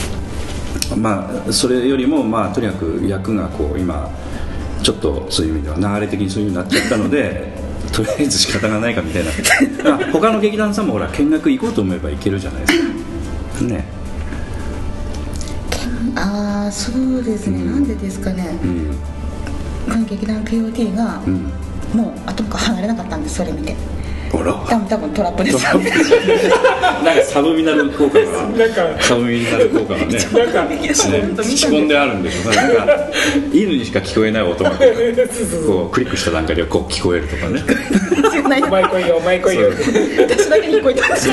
それよりもとにかく役がこう今ちょっとそういう意味では流れ的にそういう風になっちゃったのでとりあえず仕方がないかみたいな他の劇団さんもほら見学行こうと思えば行けるじゃないですかね。 そうですね、なんでですかね、この劇団 POD が、もう後から離れなかったんです、それ見て。多分トラップですよね。 なんかサブミナル効果がサブミナル効果がね仕込んであるんでしょ。なんか犬にしか聞こえない音がこうクリックした段階でこう聞こえるとかね。 お前来いよお前来いよ。 私だけ聞こえたんですよ。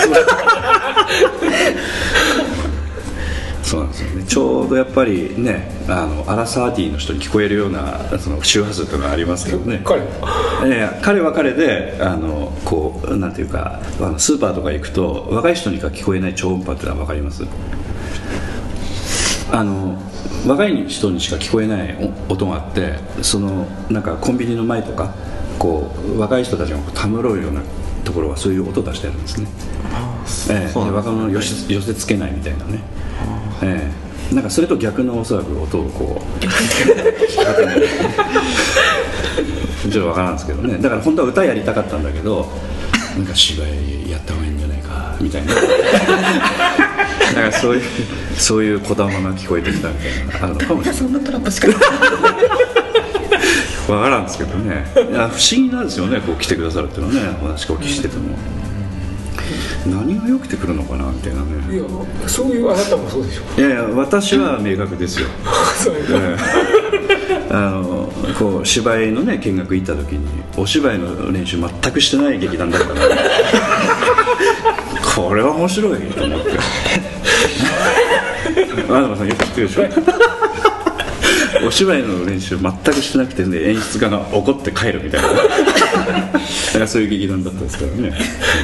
そうなんですよね。ちょうどやっぱりね、アラサーティの人に聞こえるようなその周波数というのがありますけどね。彼は彼でこうなんていうかスーパーとか行くと若い人にしか聞こえない超音波ってのは分かります？若い人にしか聞こえない音があって、そのなんかコンビニの前とかこう若い人たちがたむろうようなところはそういう音出してるんですね。若者を寄せつけないみたいなね。なんかそれと逆のおそらく音をこうちょっと分からんですけどね。だから本当は歌やりたかったんだけど、なんか芝居やった方がいいんじゃないかみたいな。だからそういうこだまが聞こえてきたみたいなのあるのかもしれない。 そんなトラップしか分からんですけどね。不思議なんですよね、こう来てくださるっていうのはね、お話をお聞きしてても。何が良くてくるのかなみたいなね。 いや、そういうあなたもそうでしょ。 いや私は明確ですよ。こう芝居のね見学行った時にお芝居の練習全くしてない劇団だったから、これは面白いと思って。東さんよく知ってるでしょ。お芝居の練習全くしてなくてね、演出家が怒って帰るみたいなそういう劇団だったですからね。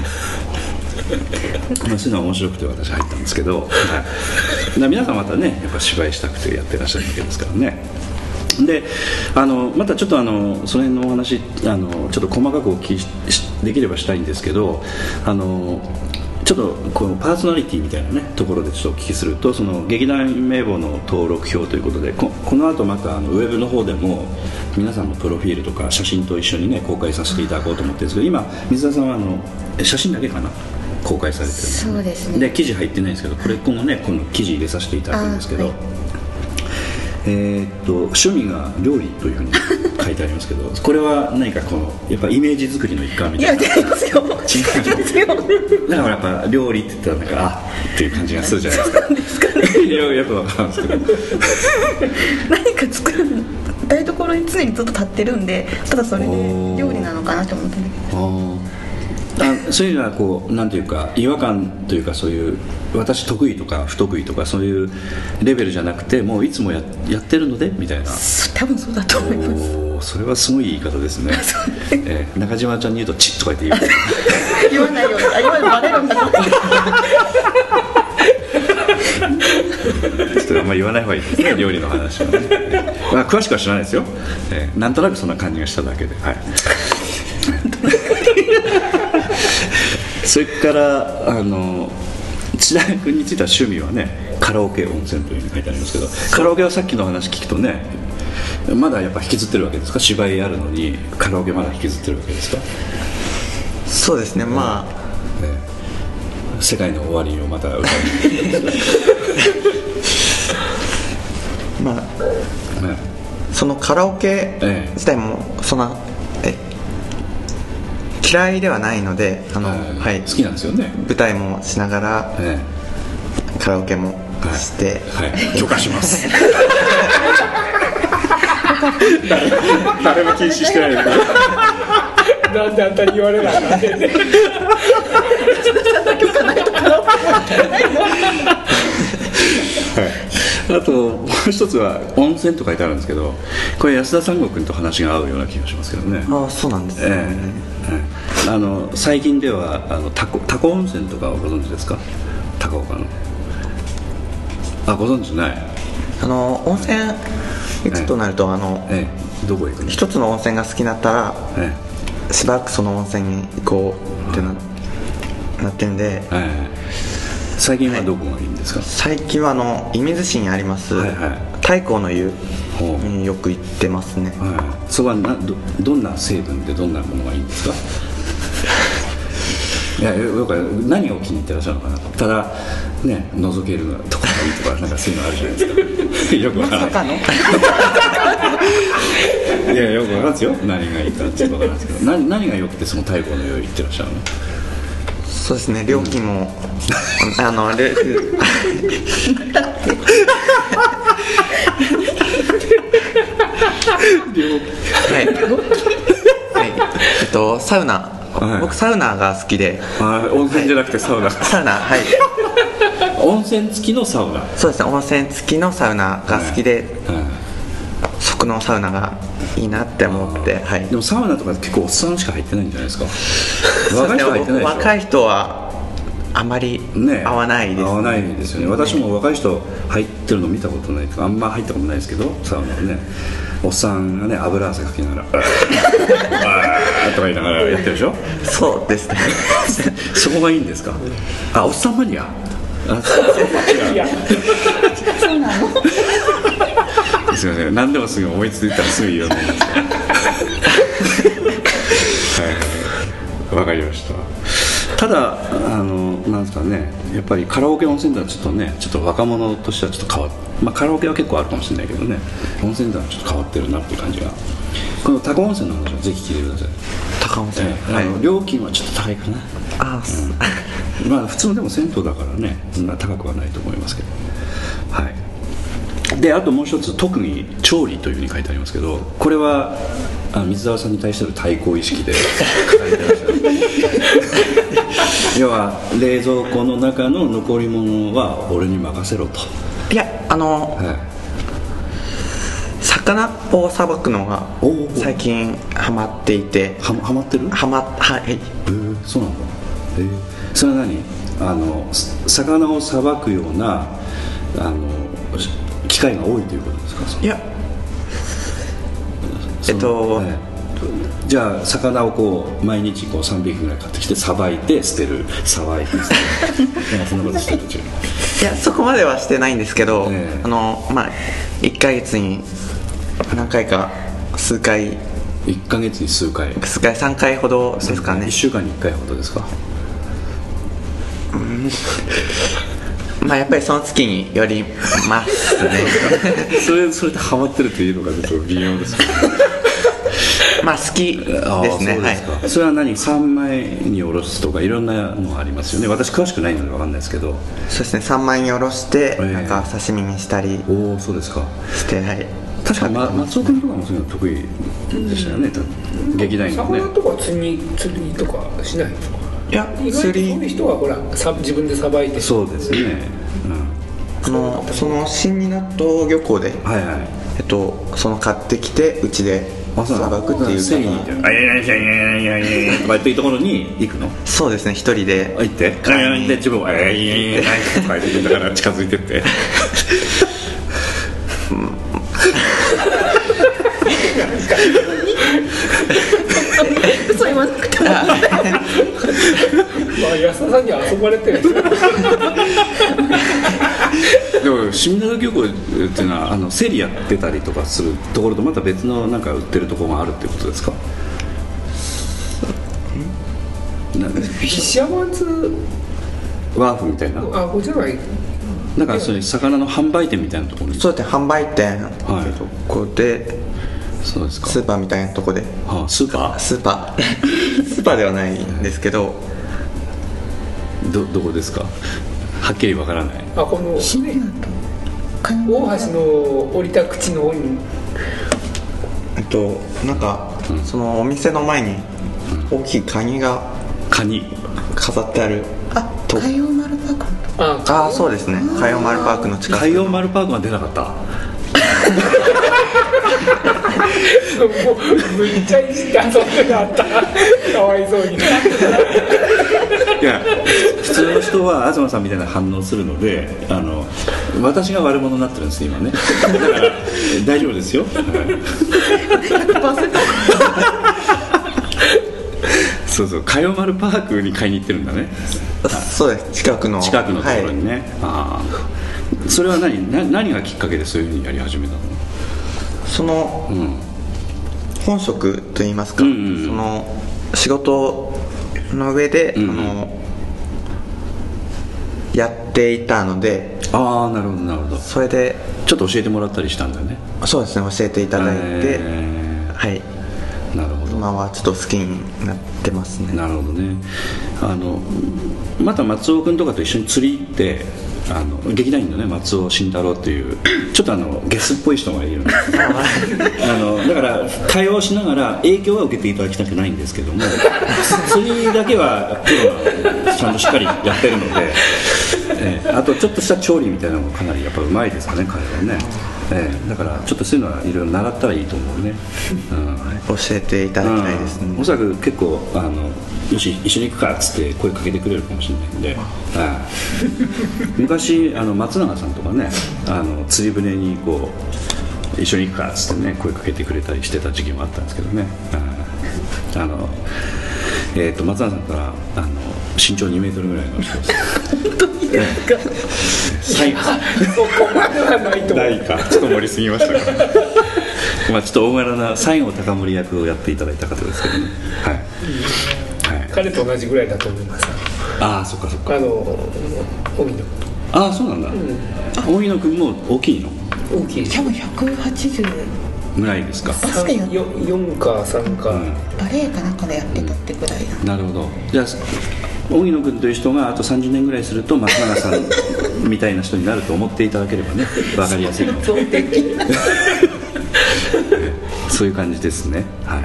そういうのは面白くて私入ったんですけど、皆さんまたねやっぱ芝居したくてやってらっしゃるわけですからね。でまたちょっとその辺のお話ちょっと細かくお聞きできればしたいんですけど、ちょっとこのパーソナリティみたいなねところでちょっとお聞きすると、その劇団名簿の登録表ということで この後またウェブの方でも皆さんのプロフィールとか写真と一緒にね公開させていただこうと思ってるんですけど、今水田さんは写真だけかな公開されてる。 そうですね。 で記事入ってないんですけど、これ今後ねこの記事入れさせていただくんですけど、趣味が料理というふうに書いてありますけど、これは何かやっぱイメージ作りの一環みたいな。 いや違いますよ。 だからやっぱ料理って言ったらなんかっていう感じがするじゃないですか。そうなんですかね。いややっぱ分かるんですけど。 何か作る台所に常にずっと立ってるんで、ただそれで料理なのかなと思ってるんだけど。 そういうのはなんていうか違和感というか、そういう私得意とか不得意とかそういうレベルじゃなくて、もういつも やってるのでみたいな。 多分そうだと思います。 それはすごい言い方ですね。中島ちゃんに言うとチッとか言って言わないように言わないバレるんだと思ってちょっとあんまり言わない方がいいですね、料理の話はね。詳しくは知らないですよ。なんとなくそんな感じがしただけで、はい。それから千田君については趣味はねカラオケ温泉というふうに書いてありますけど、カラオケはさっきの話聞くとねまだやっぱ引きずってるわけですか？芝居やるのにカラオケまだ引きずってるわけですか？ そうですね、 世界の終わりをまた歌うそのカラオケ自体もそんな嫌いではないので、好きなんですよね。 舞台もしながら、カラオケもして、 許可します誰も禁止してないですなんであんたに言われないの？ 許可ないとカラオケあともう一つは温泉と書いてあるんですけど、これ安田三郷君と話が合うような気がしますけどね。 そうなんですね。 最近では多古温泉とかをご存知ですか？高岡の。ご存知ない？ 温泉行くとなるとどこ行くの？ 一つの温泉が好きになったら、しばらくその温泉に行こうってなってるんで、 最近はどこがいいんですか？ 最近は射水市にあります、太閤の湯によく行ってますね。 そこはどんな成分でどんなものがいいんですか？いや、何を気に入ってらっしゃるのかな。ただね、覗けるところがいいとかなんかそういうのあるじゃないですか。よくわからない。いや、よくわかるんですよ、何がいいかってわからないですけど、何がよくてその太閤の湯行ってらっしゃるの？ そうですね、料金も、サウナ、僕サウナが好きで。 温泉じゃなくてサウナ。 サウナ、はい。 温泉付きのサウナ。 そうですね、温泉付きのサウナが好きで、そこのサウナがいいなって思って。 でもサウナとか結構おっさんしか入ってないんじゃないですか？若い人入ってないでしょ？ 若い人はあまり合わないですね。 合わないですよね。私も若い人入ってるの見たことないあんま入ったことないですけど、サウナはね、おっさんがね、油汗かきながらとか言いながらやってるでしょ？ そうですね。 そこがいいんですか？おっさんマニア？ そうなの？ すみません、何でもすぐ思いついたらすぐ言うの。わかりました。ただなんですかね、やっぱりカラオケ温泉団はちょっと若者としてはちょっと変わっ、カラオケは結構あるかもしれないけどね、温泉団はちょっと変わってるなっていう感じが。この高温泉の話はぜひ聞いてください。 高温泉、 料金はちょっと高いかな。普通のでも銭湯だからね、そんな高くはないと思いますけど。で、あともう一つ、特に調理というふうに書いてありますけど、これは水沢さんに対しての対抗意識で書いてらっしゃる。要は冷蔵庫の中の残り物は俺に任せろと。 いや、魚をさばくのが最近ハマっていて。 ハマってる？ はい。 そうなんだ。それは何？魚をさばくような機会が多いということですか？ いや、 じゃあ魚をこう毎日こう3匹ぐらい買ってきてさばいて捨てる、さばいて捨てるそんなことしてる？ いや、そこまではしてないんですけど、1ヶ月に何回か数回。 1ヶ月に数回 3回ほどですかね。 1週間に1回ほどですか？ やっぱりその月によりますね。 それでハマってるというのがちょっと微妙ですけど好きですね。 それは何、三枚におろすとかいろんなのがありますよね。私詳しくないので分かんないですけど。 そうですね、三枚におろしてなんか刺身にしたりそうですか。 して、 確か松尾君とかもそういうの得意でしたよね、劇団員のね。 魚とか釣りとかしないんですか？ いや、 意外とそういう人はほら自分でさばいて。 そうですね。 その新湊漁港でその買ってきてうちでさばくっていう繊維でとかっていうところに行くの？ そうですね、一人で行ってで自分はとか言ってだから近づいてって嘘言わなくても安田さんに遊ばれてる。 でも清水漁港っていうのは競りやってたりとかするところとまた別のなんか売ってるところがあるっていうことですか？ フィッシャーマンズワーフみたいな。 こっちのなんかそういう魚の販売店みたいなところに。 そうですね、販売店ここで。 そうですか。 スーパーみたいなとこで。 スーパーではないんですけど。 どこですか？はっきりわからない。 この大橋の降りた口の方になんか、そのお店の前に大きいカニが飾ってある。 海洋丸パーク。 そうですね、海洋丸パークの近く。 海洋丸パークが出なかった。 もうむっちゃいじって遊んであった。かわいそうに。 いや、普通の人は東さんみたいな反応するので、私が悪者になってるんです今ね。だから大丈夫ですよ。そう、海洋丸パークに買いに行ってるんだね。 そうです、近くのところにね、それは何がきっかけでそういうふうにやり始めたの？ その、本職といいますか、その仕事の上で、やっていたので、 なるほどなるほど。 それでちょっと教えてもらったりしたんだよね。 そうですね、教えていただいて、はい、 なるほど。 今はちょっと好きになってますね。 なるほどね。また松尾君とかと一緒に釣り行って、劇団員のね松尾慎太郎っていうちょっとゲスっぽい人がいるんですだから会話をしながら影響は受けていただきたくないんですけども、釣りだけはプロがちゃんとしっかりやってるので、あとちょっとした調理みたいなのもかなりやっぱうまいですかね、彼はね。だからちょっとそういうのはいろいろ習ったらいいと思うね。 教えていただきたいですね。 おそらく結構よし一緒に行くかっつって声かけてくれるかもしれないんで、昔松永さんとかね釣り船にこう一緒に行くかっつってね声かけてくれたりしてた時期もあったんですけどね。松永さんから身長2メートルぐらいの人です。 本当にですか？そこまではないと思う。 ないか、ちょっと盛りすぎましたか。ちょっと大柄な西郷隆盛役をやっていただいた方ですけどね。 彼と同じぐらいだと思います。 そっかそっか。 荻野。 そうなんだ。荻野君も大きいの？ 大きい。多分180 ぐらいですか。 バスケ 4か3か、 バレエかなんかでやってたってぐらいなるほど。じゃあ荻野君という人があと30年ぐらいすると松永さんみたいな人になると思っていただければね、分かりやすいかもしれない。そういう感じですね。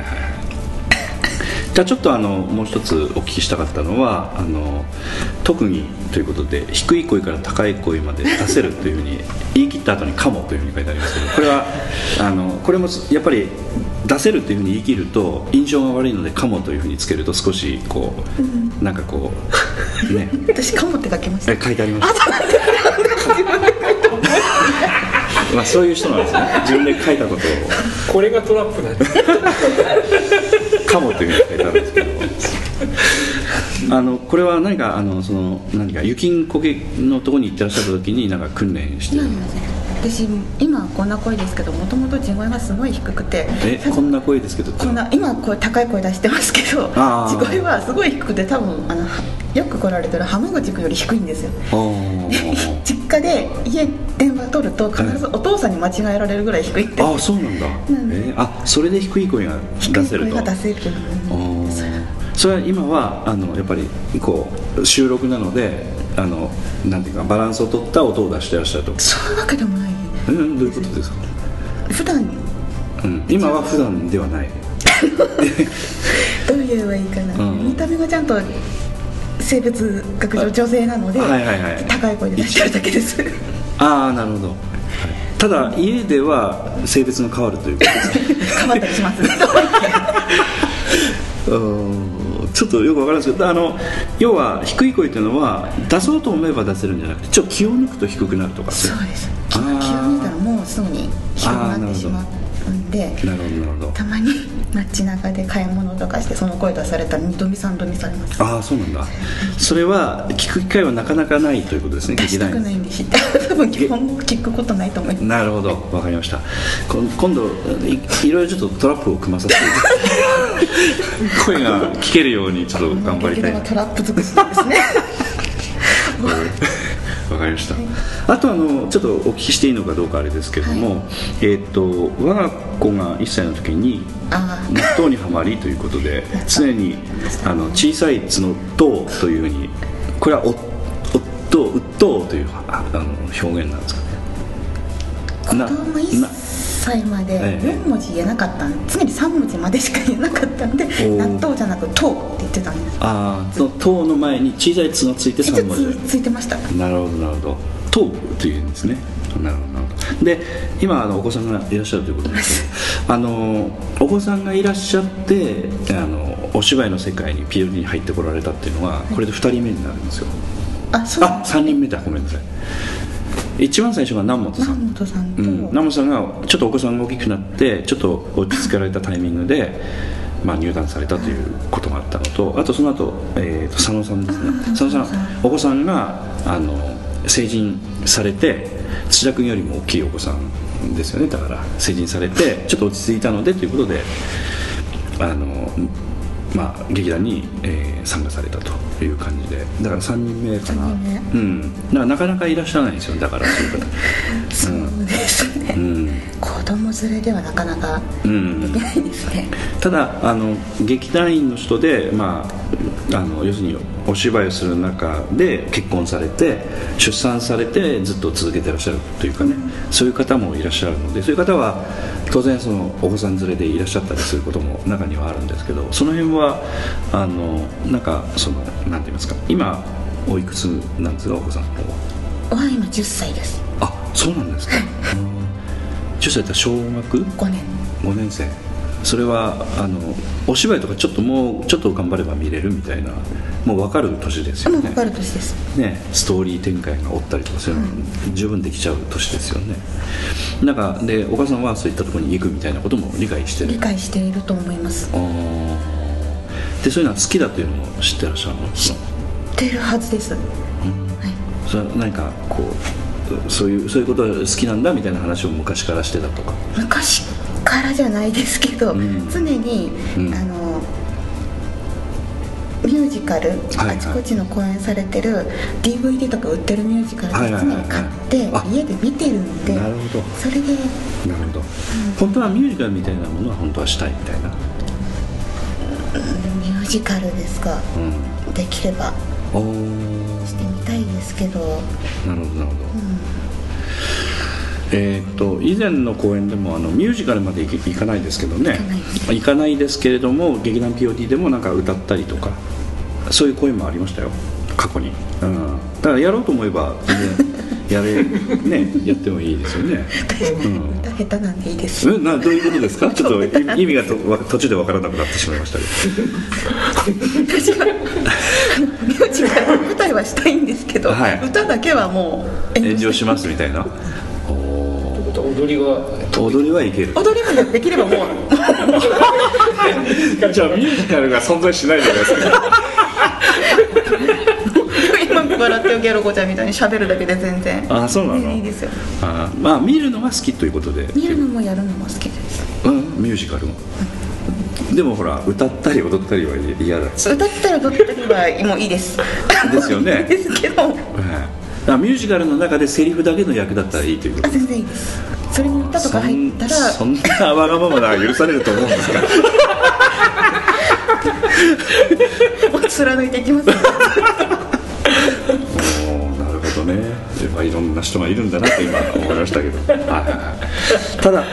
じゃあちょっともう一つお聞きしたかったのは特技ということで低い声から高い声まで出せるというふうに言い切った後にかもというふうに書いてありますけど、これはこれもやっぱり出せるというふうに言い切ると印象が悪いのでかもというふうにつけると少しこう、なんかこうね私かもって書きました。 書いてありました。そういう人なんですね。自分で書いたことをこれがトラップなんですかもというふうに書いてあるんですけどこれは何か何か雪んこけのところに行ってらっしゃった時に何か訓練してるの？ 私今こんな声ですけど、もともと地声がすごい低くて、 こんな声ですけど今高い声出してますけど、地声はすごい低くて、多分よく来られてる浜口君より低いんですよ。実家で家電話取ると必ずお父さんに間違えられるぐらい低いって。 そうなんだ。それで低い声が出せると。低い声が出せる。それは今はやっぱりこう収録なのでなんていうかバランスを取った音を出してらっしゃると。 そういうわけでもない。 どういうことですか？ 普段今は普段ではない。 どう言えばいいかな。見た目がちゃんと性別学上女性なので、高い声で出してるだけです。 なるほど。ただ家では性別が変わるということです。 変わったりします。 ちょっとよくわからないですけど、要は低い声というのは出そうと思えば出せるんじゃなくて、ちょっと気を抜くと低くなるとか。 そうです。気を抜いたらもうすぐに低くなってしまうんで、たまに街中で買い物とかしてその声出されたら2度見3度見されます。 そうなんだ。それは聞く機会はなかなかないということですね。 出したくないんで知って多分基本聞くことないと思います。 なるほど、わかりました。今度いろいろちょっとトラップを組まさせて声が聞けるようにちょっと頑張りたい。 トラップ尽くしですね。 わかりました。あとちょっとお聞きしていいのかどうかあれですけども、我が子が1歳の時に納豆にはまりということで常に小さい角とというふうに、これはうっとうという表現なんですかね。 子供1歳まで4文字言えなかったんで、常に3文字までしか言えなかったんで、納豆じゃなくとうって言ってたんです。 そのとうの前に小さい角ついて3文字ついてました。 なるほどなるほど。とうというんですね。なるほどなるほど。で今お子さんがいらっしゃるということですけど、お子さんがいらっしゃってお芝居の世界に POD に入ってこられたっていうのはこれで2人目になるんですよ。3人目だ、ごめんなさい。一番最初が南本さん。南本さんがちょっとお子さんが大きくなってちょっと落ち着けられたタイミングで入団されたということがあったのと、あとその後、佐野さんですね。佐野さん、お子さんが成人されて、土田君よりも大きいお子さんですよね。だから成人されてちょっと落ち着いたのでということで劇団に、参加されたという感じで、だから3人目かな。うん、だからなかなかいらっしゃらないんですよ。だからそういう方そうですね、子供連れではなかなかできないですね。 ただ劇団員の人で、要するにお芝居をする中で結婚されて出産されてずっと続けてらっしゃるというかね、そういう方もいらっしゃるので、そういう方は当然そのお子さん連れでいらっしゃったりすることも中にはあるんですけど、その辺はなんかなんて言いますか、今おいくつなんですか、お子さんの方は。 今10歳です。 あ、そうなんですか。10歳って小学 5 年生。それはお芝居とかもうちょっと頑張れば見れるみたいな、もう分かる年ですよね。 分かる年ですね。ストーリー展開が追ったりとかそういうの十分できちゃう年ですよね。なんかでお母さんはそういったところに行くみたいなことも理解していると思います。 でそういうのは好きだというのも知ってらっしゃるの？ 知ってるはずです。はい。 それは何かそういうことが好きなんだみたいな話を昔からしてたとか。 昔からじゃないですけど、常に、ミュージカル、あちこちの公演されてる DVD とか売ってるミュージカルで常に買って家で見てるんで、 なるほど。 それでなるほど、本当はミュージカルみたいなものは本当はしたいみたいな。 ミュージカルですか、できればしてみたいですけど。 なるほどなるほど。以前の公演でもミュージカルまで行かないですけどね、行かないですけれども劇団 POD でもなんか歌ったりとかそういう声もありましたよ、過去に。だからやろうと思えば全然やってもいいですよね。 歌下手なんでいいです。 どういうことですか？ちょっと意味が途中で分からなくなってしまいましたけど。 私はミュージカル舞台はしたいんですけど、歌だけはもう炎上しますみたいな。 踊りはいける。 踊りもできればもうじゃあミュージカルが存在しないじゃないですか。 今笑ってよギャル子ちゃんみたいに喋るだけで全然。 あ、そうなの。 いいですよ。 見るのが好きということで。 見るのもやるのも好きです。 ミュージカルも。でもほら歌ったり踊ったりは嫌だ。 歌ったり踊ったりはもういいです。 ですよね。 ですけど。 ミュージカルの中でセリフだけの役だったらいいということ。 全然いいです。それに歌とか入ったらそんなわがままが許されると思うんですか。 もう貫いていきます。 なるほどね。いろんな人がいるんだなと今思いましたけど。ただ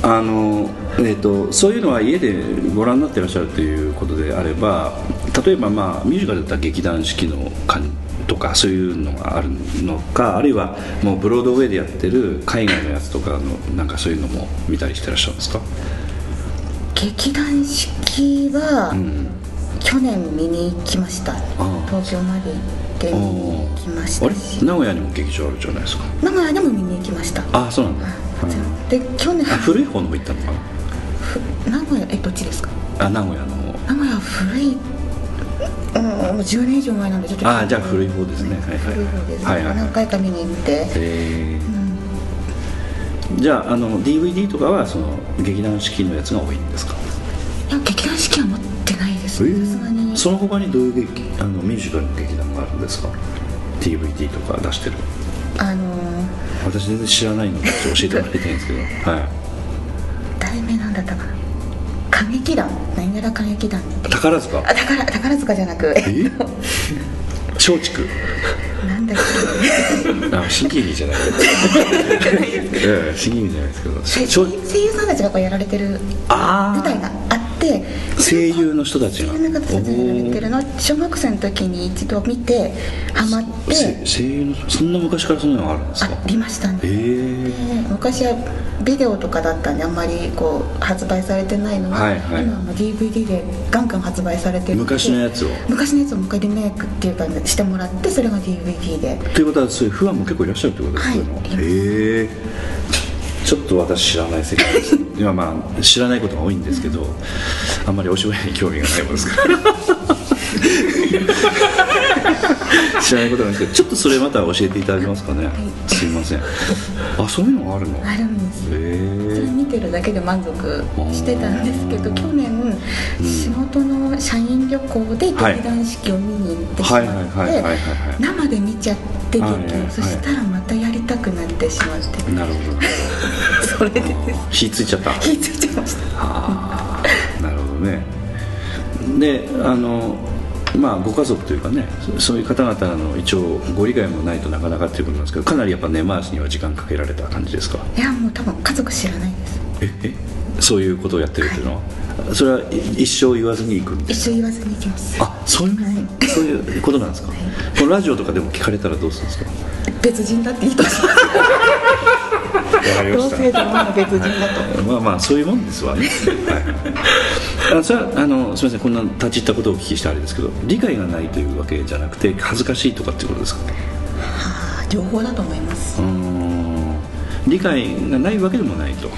そういうのは家でご覧になっていらっしゃるということであれば、例えばミュージカルだったら劇団四季のとかそういうのがあるのか、あるいはもうブロードウェイでやってる海外のやつとかのなんかそういうのも見たりしてらっしゃるんですか？ 劇団四季は、去年見に行きました。東京まで行って見に行きましたし、 名古屋にも劇場あるじゃないですか。 名古屋でも見に行きました。 あ、そうなんだ。 で去年古い方の方行ったのかな。名古屋どっちですか？ 名古屋の方。 名古屋は古い。もう10年以上前なんでちょっと。 じゃあ古い方ですね。 古い方です。何回か見に行って。 じゃあDVD とかはその劇団四季のやつが多いんですか？ いや、劇団四季は持ってないです。さすがに。 その他にどういうミュージカルの劇団があるんですか？ DVD とか出してる。私全然知らないので教えてもらいたいんですけど。 題名なんだったかな。歌劇団、何やら歌劇団って。 宝塚。 宝塚じゃなく。 松竹。 なんだっけ。新喜劇じゃない。新喜劇じゃないですけど。 声優さんたちがやられてる舞台があって。 声優の人たちが。 声優の方たちがやられてるの。小学生の時に一度見てハマって。 声優のそんな昔からそういうのがあるんですか？ ありましたね。昔はビデオとかだったんであんまり発売されてないのが、今は DVD でガンガン発売されてる。 昔のやつをもう一回リメイクっていうかしてもらって、それが DVD で。 ということはそういうファンも結構いらっしゃるってことですか？ちょっと私知らない世界です。 にはまあ知らないことが多いんですけど、あんまりお芝居に興味がないものですから知らないことなんですけど、ちょっとそれまた教えていただけますかね。すいません。あ、そういうのがあるの？ あるんです。それ見てるだけで満足してたんですけど、去年仕事の社員旅行で劇団四季を見に行ってしまって生で見ちゃって劇を、そしたらまたやりたくなってしまって。 なるほどそれで火ついちゃった。 火ついちゃいました。 なるほどね。でまあ、ご家族というかね、そういう方々の一応ご理解もないとなかなかっていうことなんですけど、かなりやっぱ根回しには時間かけられた感じですか？ いや、もう多分家族知らないです。 そういうことをやってるっていうのは、それは一生言わずに行くんですか？ 一生言わずに行きます。 あ、そういうことなんですか？このラジオとかでも聞かれたらどうするんですか？ 別人だって言いたい同性とは別人だと、 まあまあそういうもんですわねそれはすみません、こんな立ち入ったことをお聞きしてあれですけど、理解がないというわけじゃなくて恥ずかしいとかっていうことですか？ 両方だと思います。 理解がないわけでもないと。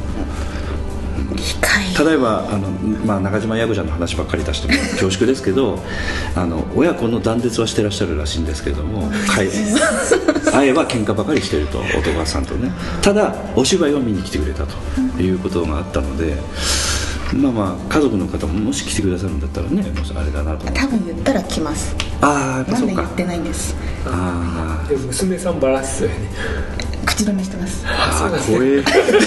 例えばまあ、中島矢子ちゃんの話ばっかり出しても恐縮ですけど親子の断絶はしてらっしゃるらしいんですけれども愛は喧嘩ばかりしていると、お父さんとね。ただお芝居を見に来てくれたということがあったので、まあまあ家族の方ももし来てくださるんだったらね、もしあれだなと。 多分言ったら来ます。 ああ、やっぱそうか。 なんで言ってないんです。 でも娘さんバラすよね。 口止めしてます。 怖え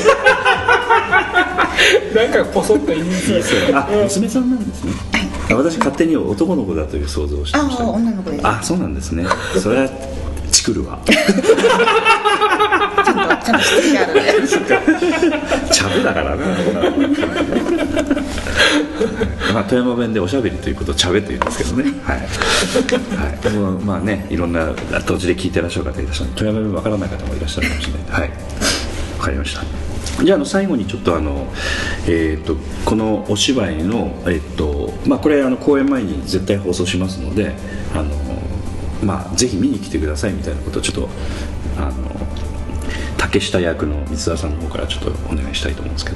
なんかポソッと言いそうですよ。 娘さんなんですね。私勝手に男の子だという想像をしてました。 女の子です。 そうなんですね。それはチクるわちゃんと質があるねチャブだからなまあ富山弁でおしゃべりということをチャベというんですけどねでもまあね、いろんな土地で聞いてらっしゃる方いらっしゃる、富山弁わからない方もいらっしゃるかもしれない。わかりました。じゃあ最後にちょっとこのお芝居のまあこれ公演前に絶対放送しますのでまあぜひ見に来てくださいみたいなことをちょっと竹下役の三沢さんの方からちょっとお願いしたいと思うんですけど、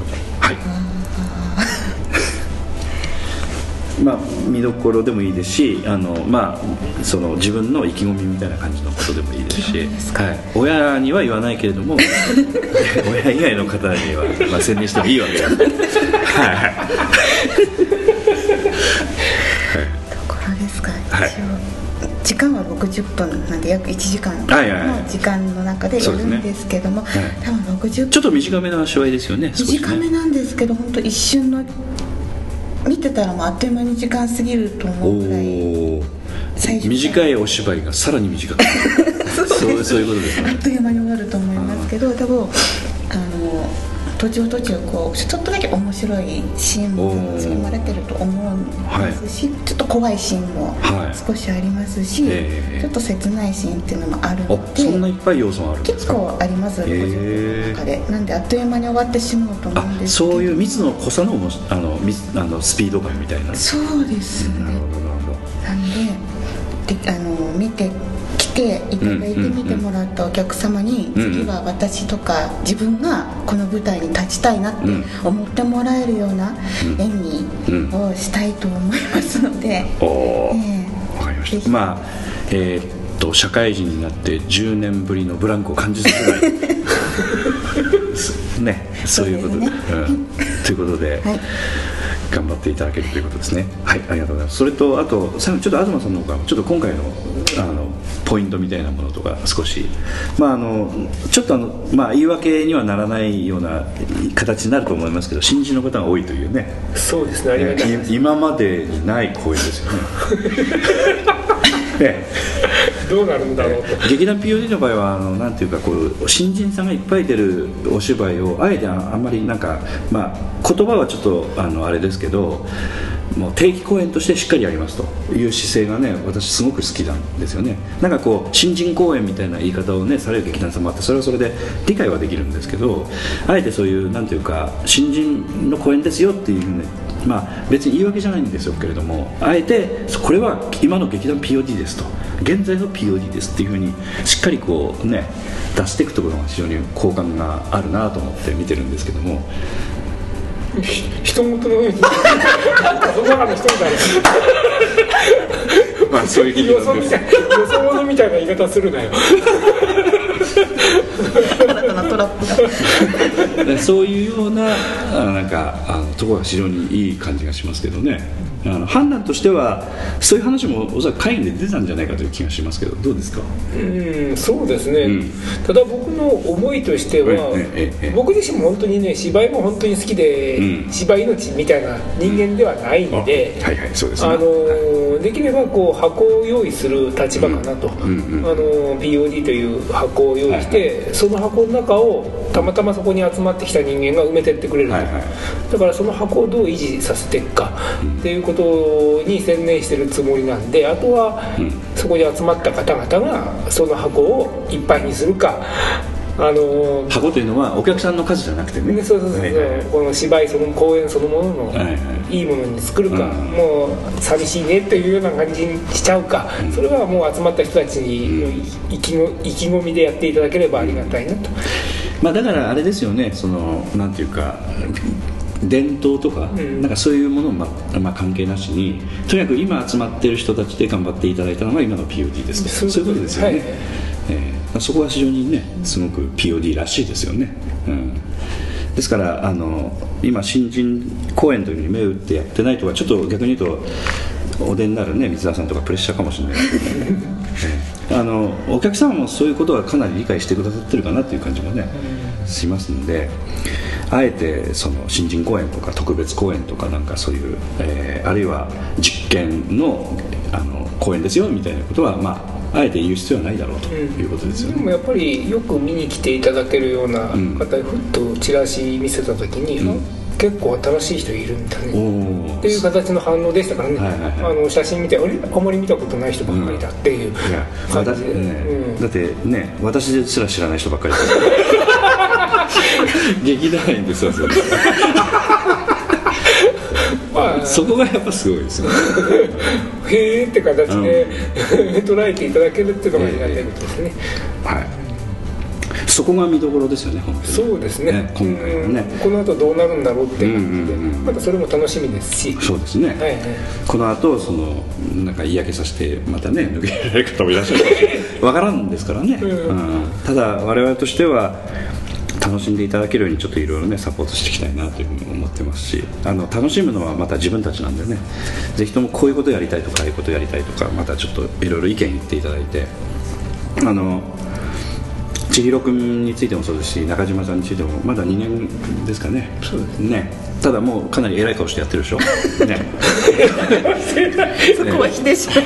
まあ見どころでもいいですしまあその自分の意気込みみたいな感じのことでもいいですし、親には言わないけれども親以外の方には、まあ、宣伝してもいいわけですところですか。時間は60分なんで約1時間の時間の中でやるんですけども、多分60分ちょっと短めな芝居ですよね。 短めなんですけど、本当一瞬の見てたらもうあっという間に時間過ぎると思うぐらい短いお芝居がさらに短くそういうことですね。 あっという間に終わると思いますけど、多分途中こうちょっとだけ面白いシーンも含まれてると思うんですし、ちょっと怖いシーンも少しありますし、ちょっと切ないシーンっていうのもあるので、 そんないっぱい要素があるんですか？ 結構あります、の中で。なんであっという間に終わってしまうと思うんですけど、 そういう密の濃さのスピード感みたいな。 そうですね。なんで見て来ていただいて見てもらったお客様に、次は私とか自分がこの舞台に立ちたいなって思ってもらえるような演技をしたいと思いますので、 わかりました。まあ社会人になって10年ぶりのブランクを感じさせないね、そういうことで、ということで、頑張っていただけるということですね。ありがとうございます。それとあと最後にちょっと東さんの方からちょっと今回のポイントみたいなものとか少し、ちょっと言い訳にはならないような形になると思いますけど、新人の方が多いというね。 そうですね、ありがたいです。 今までにない公演ですよねどうなるんだろうと。 劇団 POD の場合はなんていうかこう新人さんがいっぱい出るお芝居をあえてあんまりなんか、言葉はちょっとあれですけど、もう定期公演としてしっかりやりますという姿勢がね、私すごく好きなんですよね。なんかこう新人公演みたいな言い方をねされる劇団さんもあって、それはそれで理解はできるんですけど、あえてそういうなんていうか新人の公演ですよっていうね、別に言い訳じゃないんですよけれども、あえてこれは今の劇団 POD ですと、現在の POD ですっていうふうにしっかりこうね出していくところが非常に好感があるなと思って見てるんですけども、 人事のようになんかその中の人みたいなまあそういう意味なんです。 よそ者みたいな言い方するなよ新たなトラップがそういうようななんかところが非常にいい感じがしますけどね。判断としてはそういう話もおそらく会議で出たんじゃないかという気がしますけど、どうですか？ そうですね、ただ僕の思いとしては、僕自身も本当にね芝居も本当に好きで、芝居命みたいな人間ではないので、できればこう箱を用意する立場かなと、POD という箱を用意して、その箱の中をたまたまそこに集まってきた人間が埋めてってくれると、だからその箱をどう維持させていくかっていうことに専念してるつもりなんで、あとはそこに集まった方々がその箱をいっぱいにするか、 箱というのはお客さんの数じゃなくてね、 そう、この芝居その公演そのもののいいものに作るか、もう寂しいねっていうような感じにしちゃうか、それはもう集まった人たちの意気込みでやっていただければありがたいなと。 だからあれですよね、なんていうか伝統とか、なんかそういうものも、関係なしに、とにかく今集まっている人たちで頑張っていただいたのが今の POD ですね。そういうことですよね、そこは非常にねすごく POD らしいですよね、ですから今新人公演というのに目を打ってやってないとか、ちょっと逆に言うとお出になるね水田さんとかプレッシャーかもしれないですけどねお客様もそういうことはかなり理解してくださってるかなっていう感じもね、しますんで、あえてその新人公演とか特別公演とかなんかそういう、あるいは実験の公演ですよみたいなことはあえて言う必要はないだろうということですよね。 でもやっぱりよく見に来ていただけるような方にふっとチラシ見せた時に、結構新しい人いるみたいなっていう形の反応でしたからね、写真見てあまり見たことない人ばっかりだっていう感じで、 だってね私ですら知らない人ばっかり劇団員ですよそれそこがやっぱすごいですよへーって形で、捉えていただけるっていうのがありがたいことですね。 そこが見どころですよね、本当に。 そうですね、 今回はね、 この後どうなるんだろうって感じで、またそれも楽しみですし。 そうですね、この後なんか嫌気させてまたね抜けられる方もいらっしゃるかもしれない分からんですからね、ただ我々としては楽しんでいただけるようにちょっといろいろねサポートしていきたいなというふうに思ってますし、楽しむのはまた自分たちなんでね、ぜひともこういうことやりたいとかああいうことやりたいとか、またちょっといろいろ意見言っていただいて、千尋君についてもそうですし、中島さんについてもまだ2年ですかね。 そうですね。ただもうかなり偉い顔してやってるでしょ。ね。 そこは否定しない。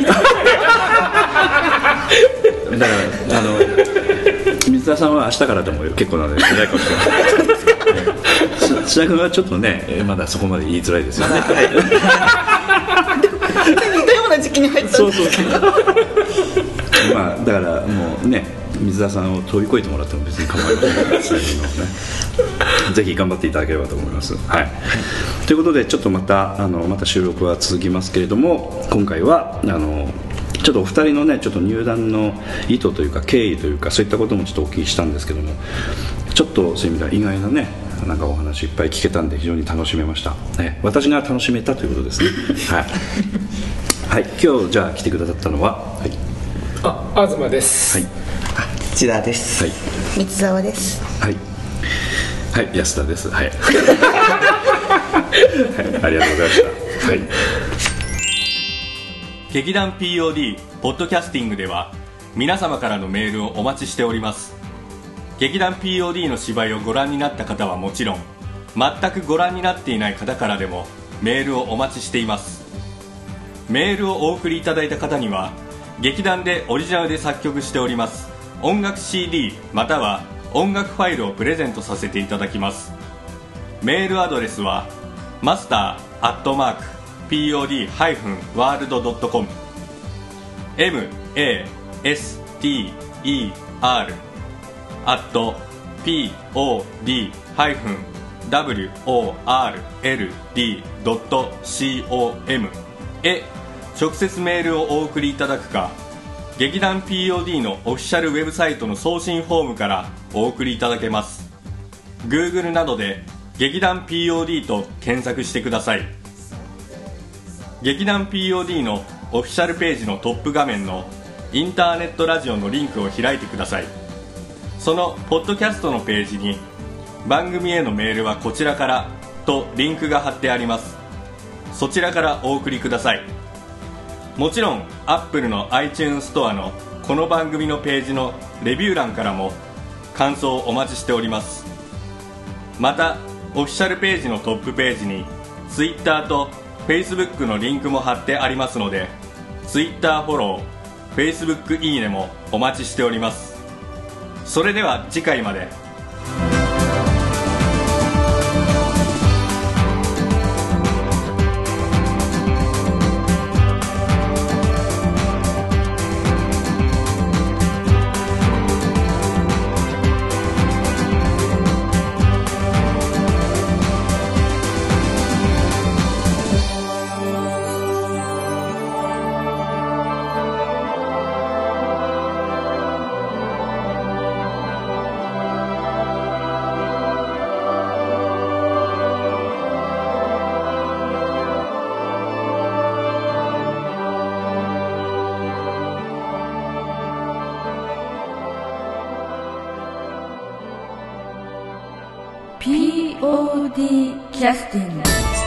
だから水田さんは明日からでも結構なので偉い顔してます。津田君はちょっとねまだそこまで言いづらいですよね。 似たような時期に入ったんですけど。 だからもうね水田さんを飛び越えてもらっても別に構いませんので、ぜひ頑張っていただければと思います。ということでちょっとまた収録は続きますけれども、今回はちょっとお二人のねちょっと入団の意図というか経緯というかそういったこともちょっとお聞きしたんですけども、ちょっとそういう意味では意外なねなんかお話いっぱい聞けたんで非常に楽しめました、私が楽しめたということですね。はい、今日じゃあ来てくださったのは、 東です。 千田です。 三沢です。 安田です。ありがとうございました。 劇団 POD ポッドキャスティングでは皆様からのメールをお待ちしております。劇団 POD の芝居をご覧になった方はもちろん、全くご覧になっていない方からでもメールをお待ちしています。メールをお送りいただいた方には劇団でオリジナルで作曲しております音楽 CD または音楽ファイルをプレゼントさせていただきます。メールアドレスは master@pod-world.com master@pod-world.com へ直接メールをお送りいただくか、劇団 POD のオフィシャルウェブサイトの送信フォームからお送りいただけます。 Google などで劇団 POD と検索してください。劇団 POD のオフィシャルページのトップ画面のインターネットラジオのリンクを開いてください。そのポッドキャストのページに番組へのメールはこちらからとリンクが貼ってあります。そちらからお送りください。もちろん Apple の iTunes ストアのこの番組のページのレビュー欄からも感想をお待ちしております。またオフィシャルページのトップページに Twitter と Facebook のリンクも貼ってありますので Twitter フォロー、Facebook いいねもお待ちしております。それでは次回まで。 POD キャスティング。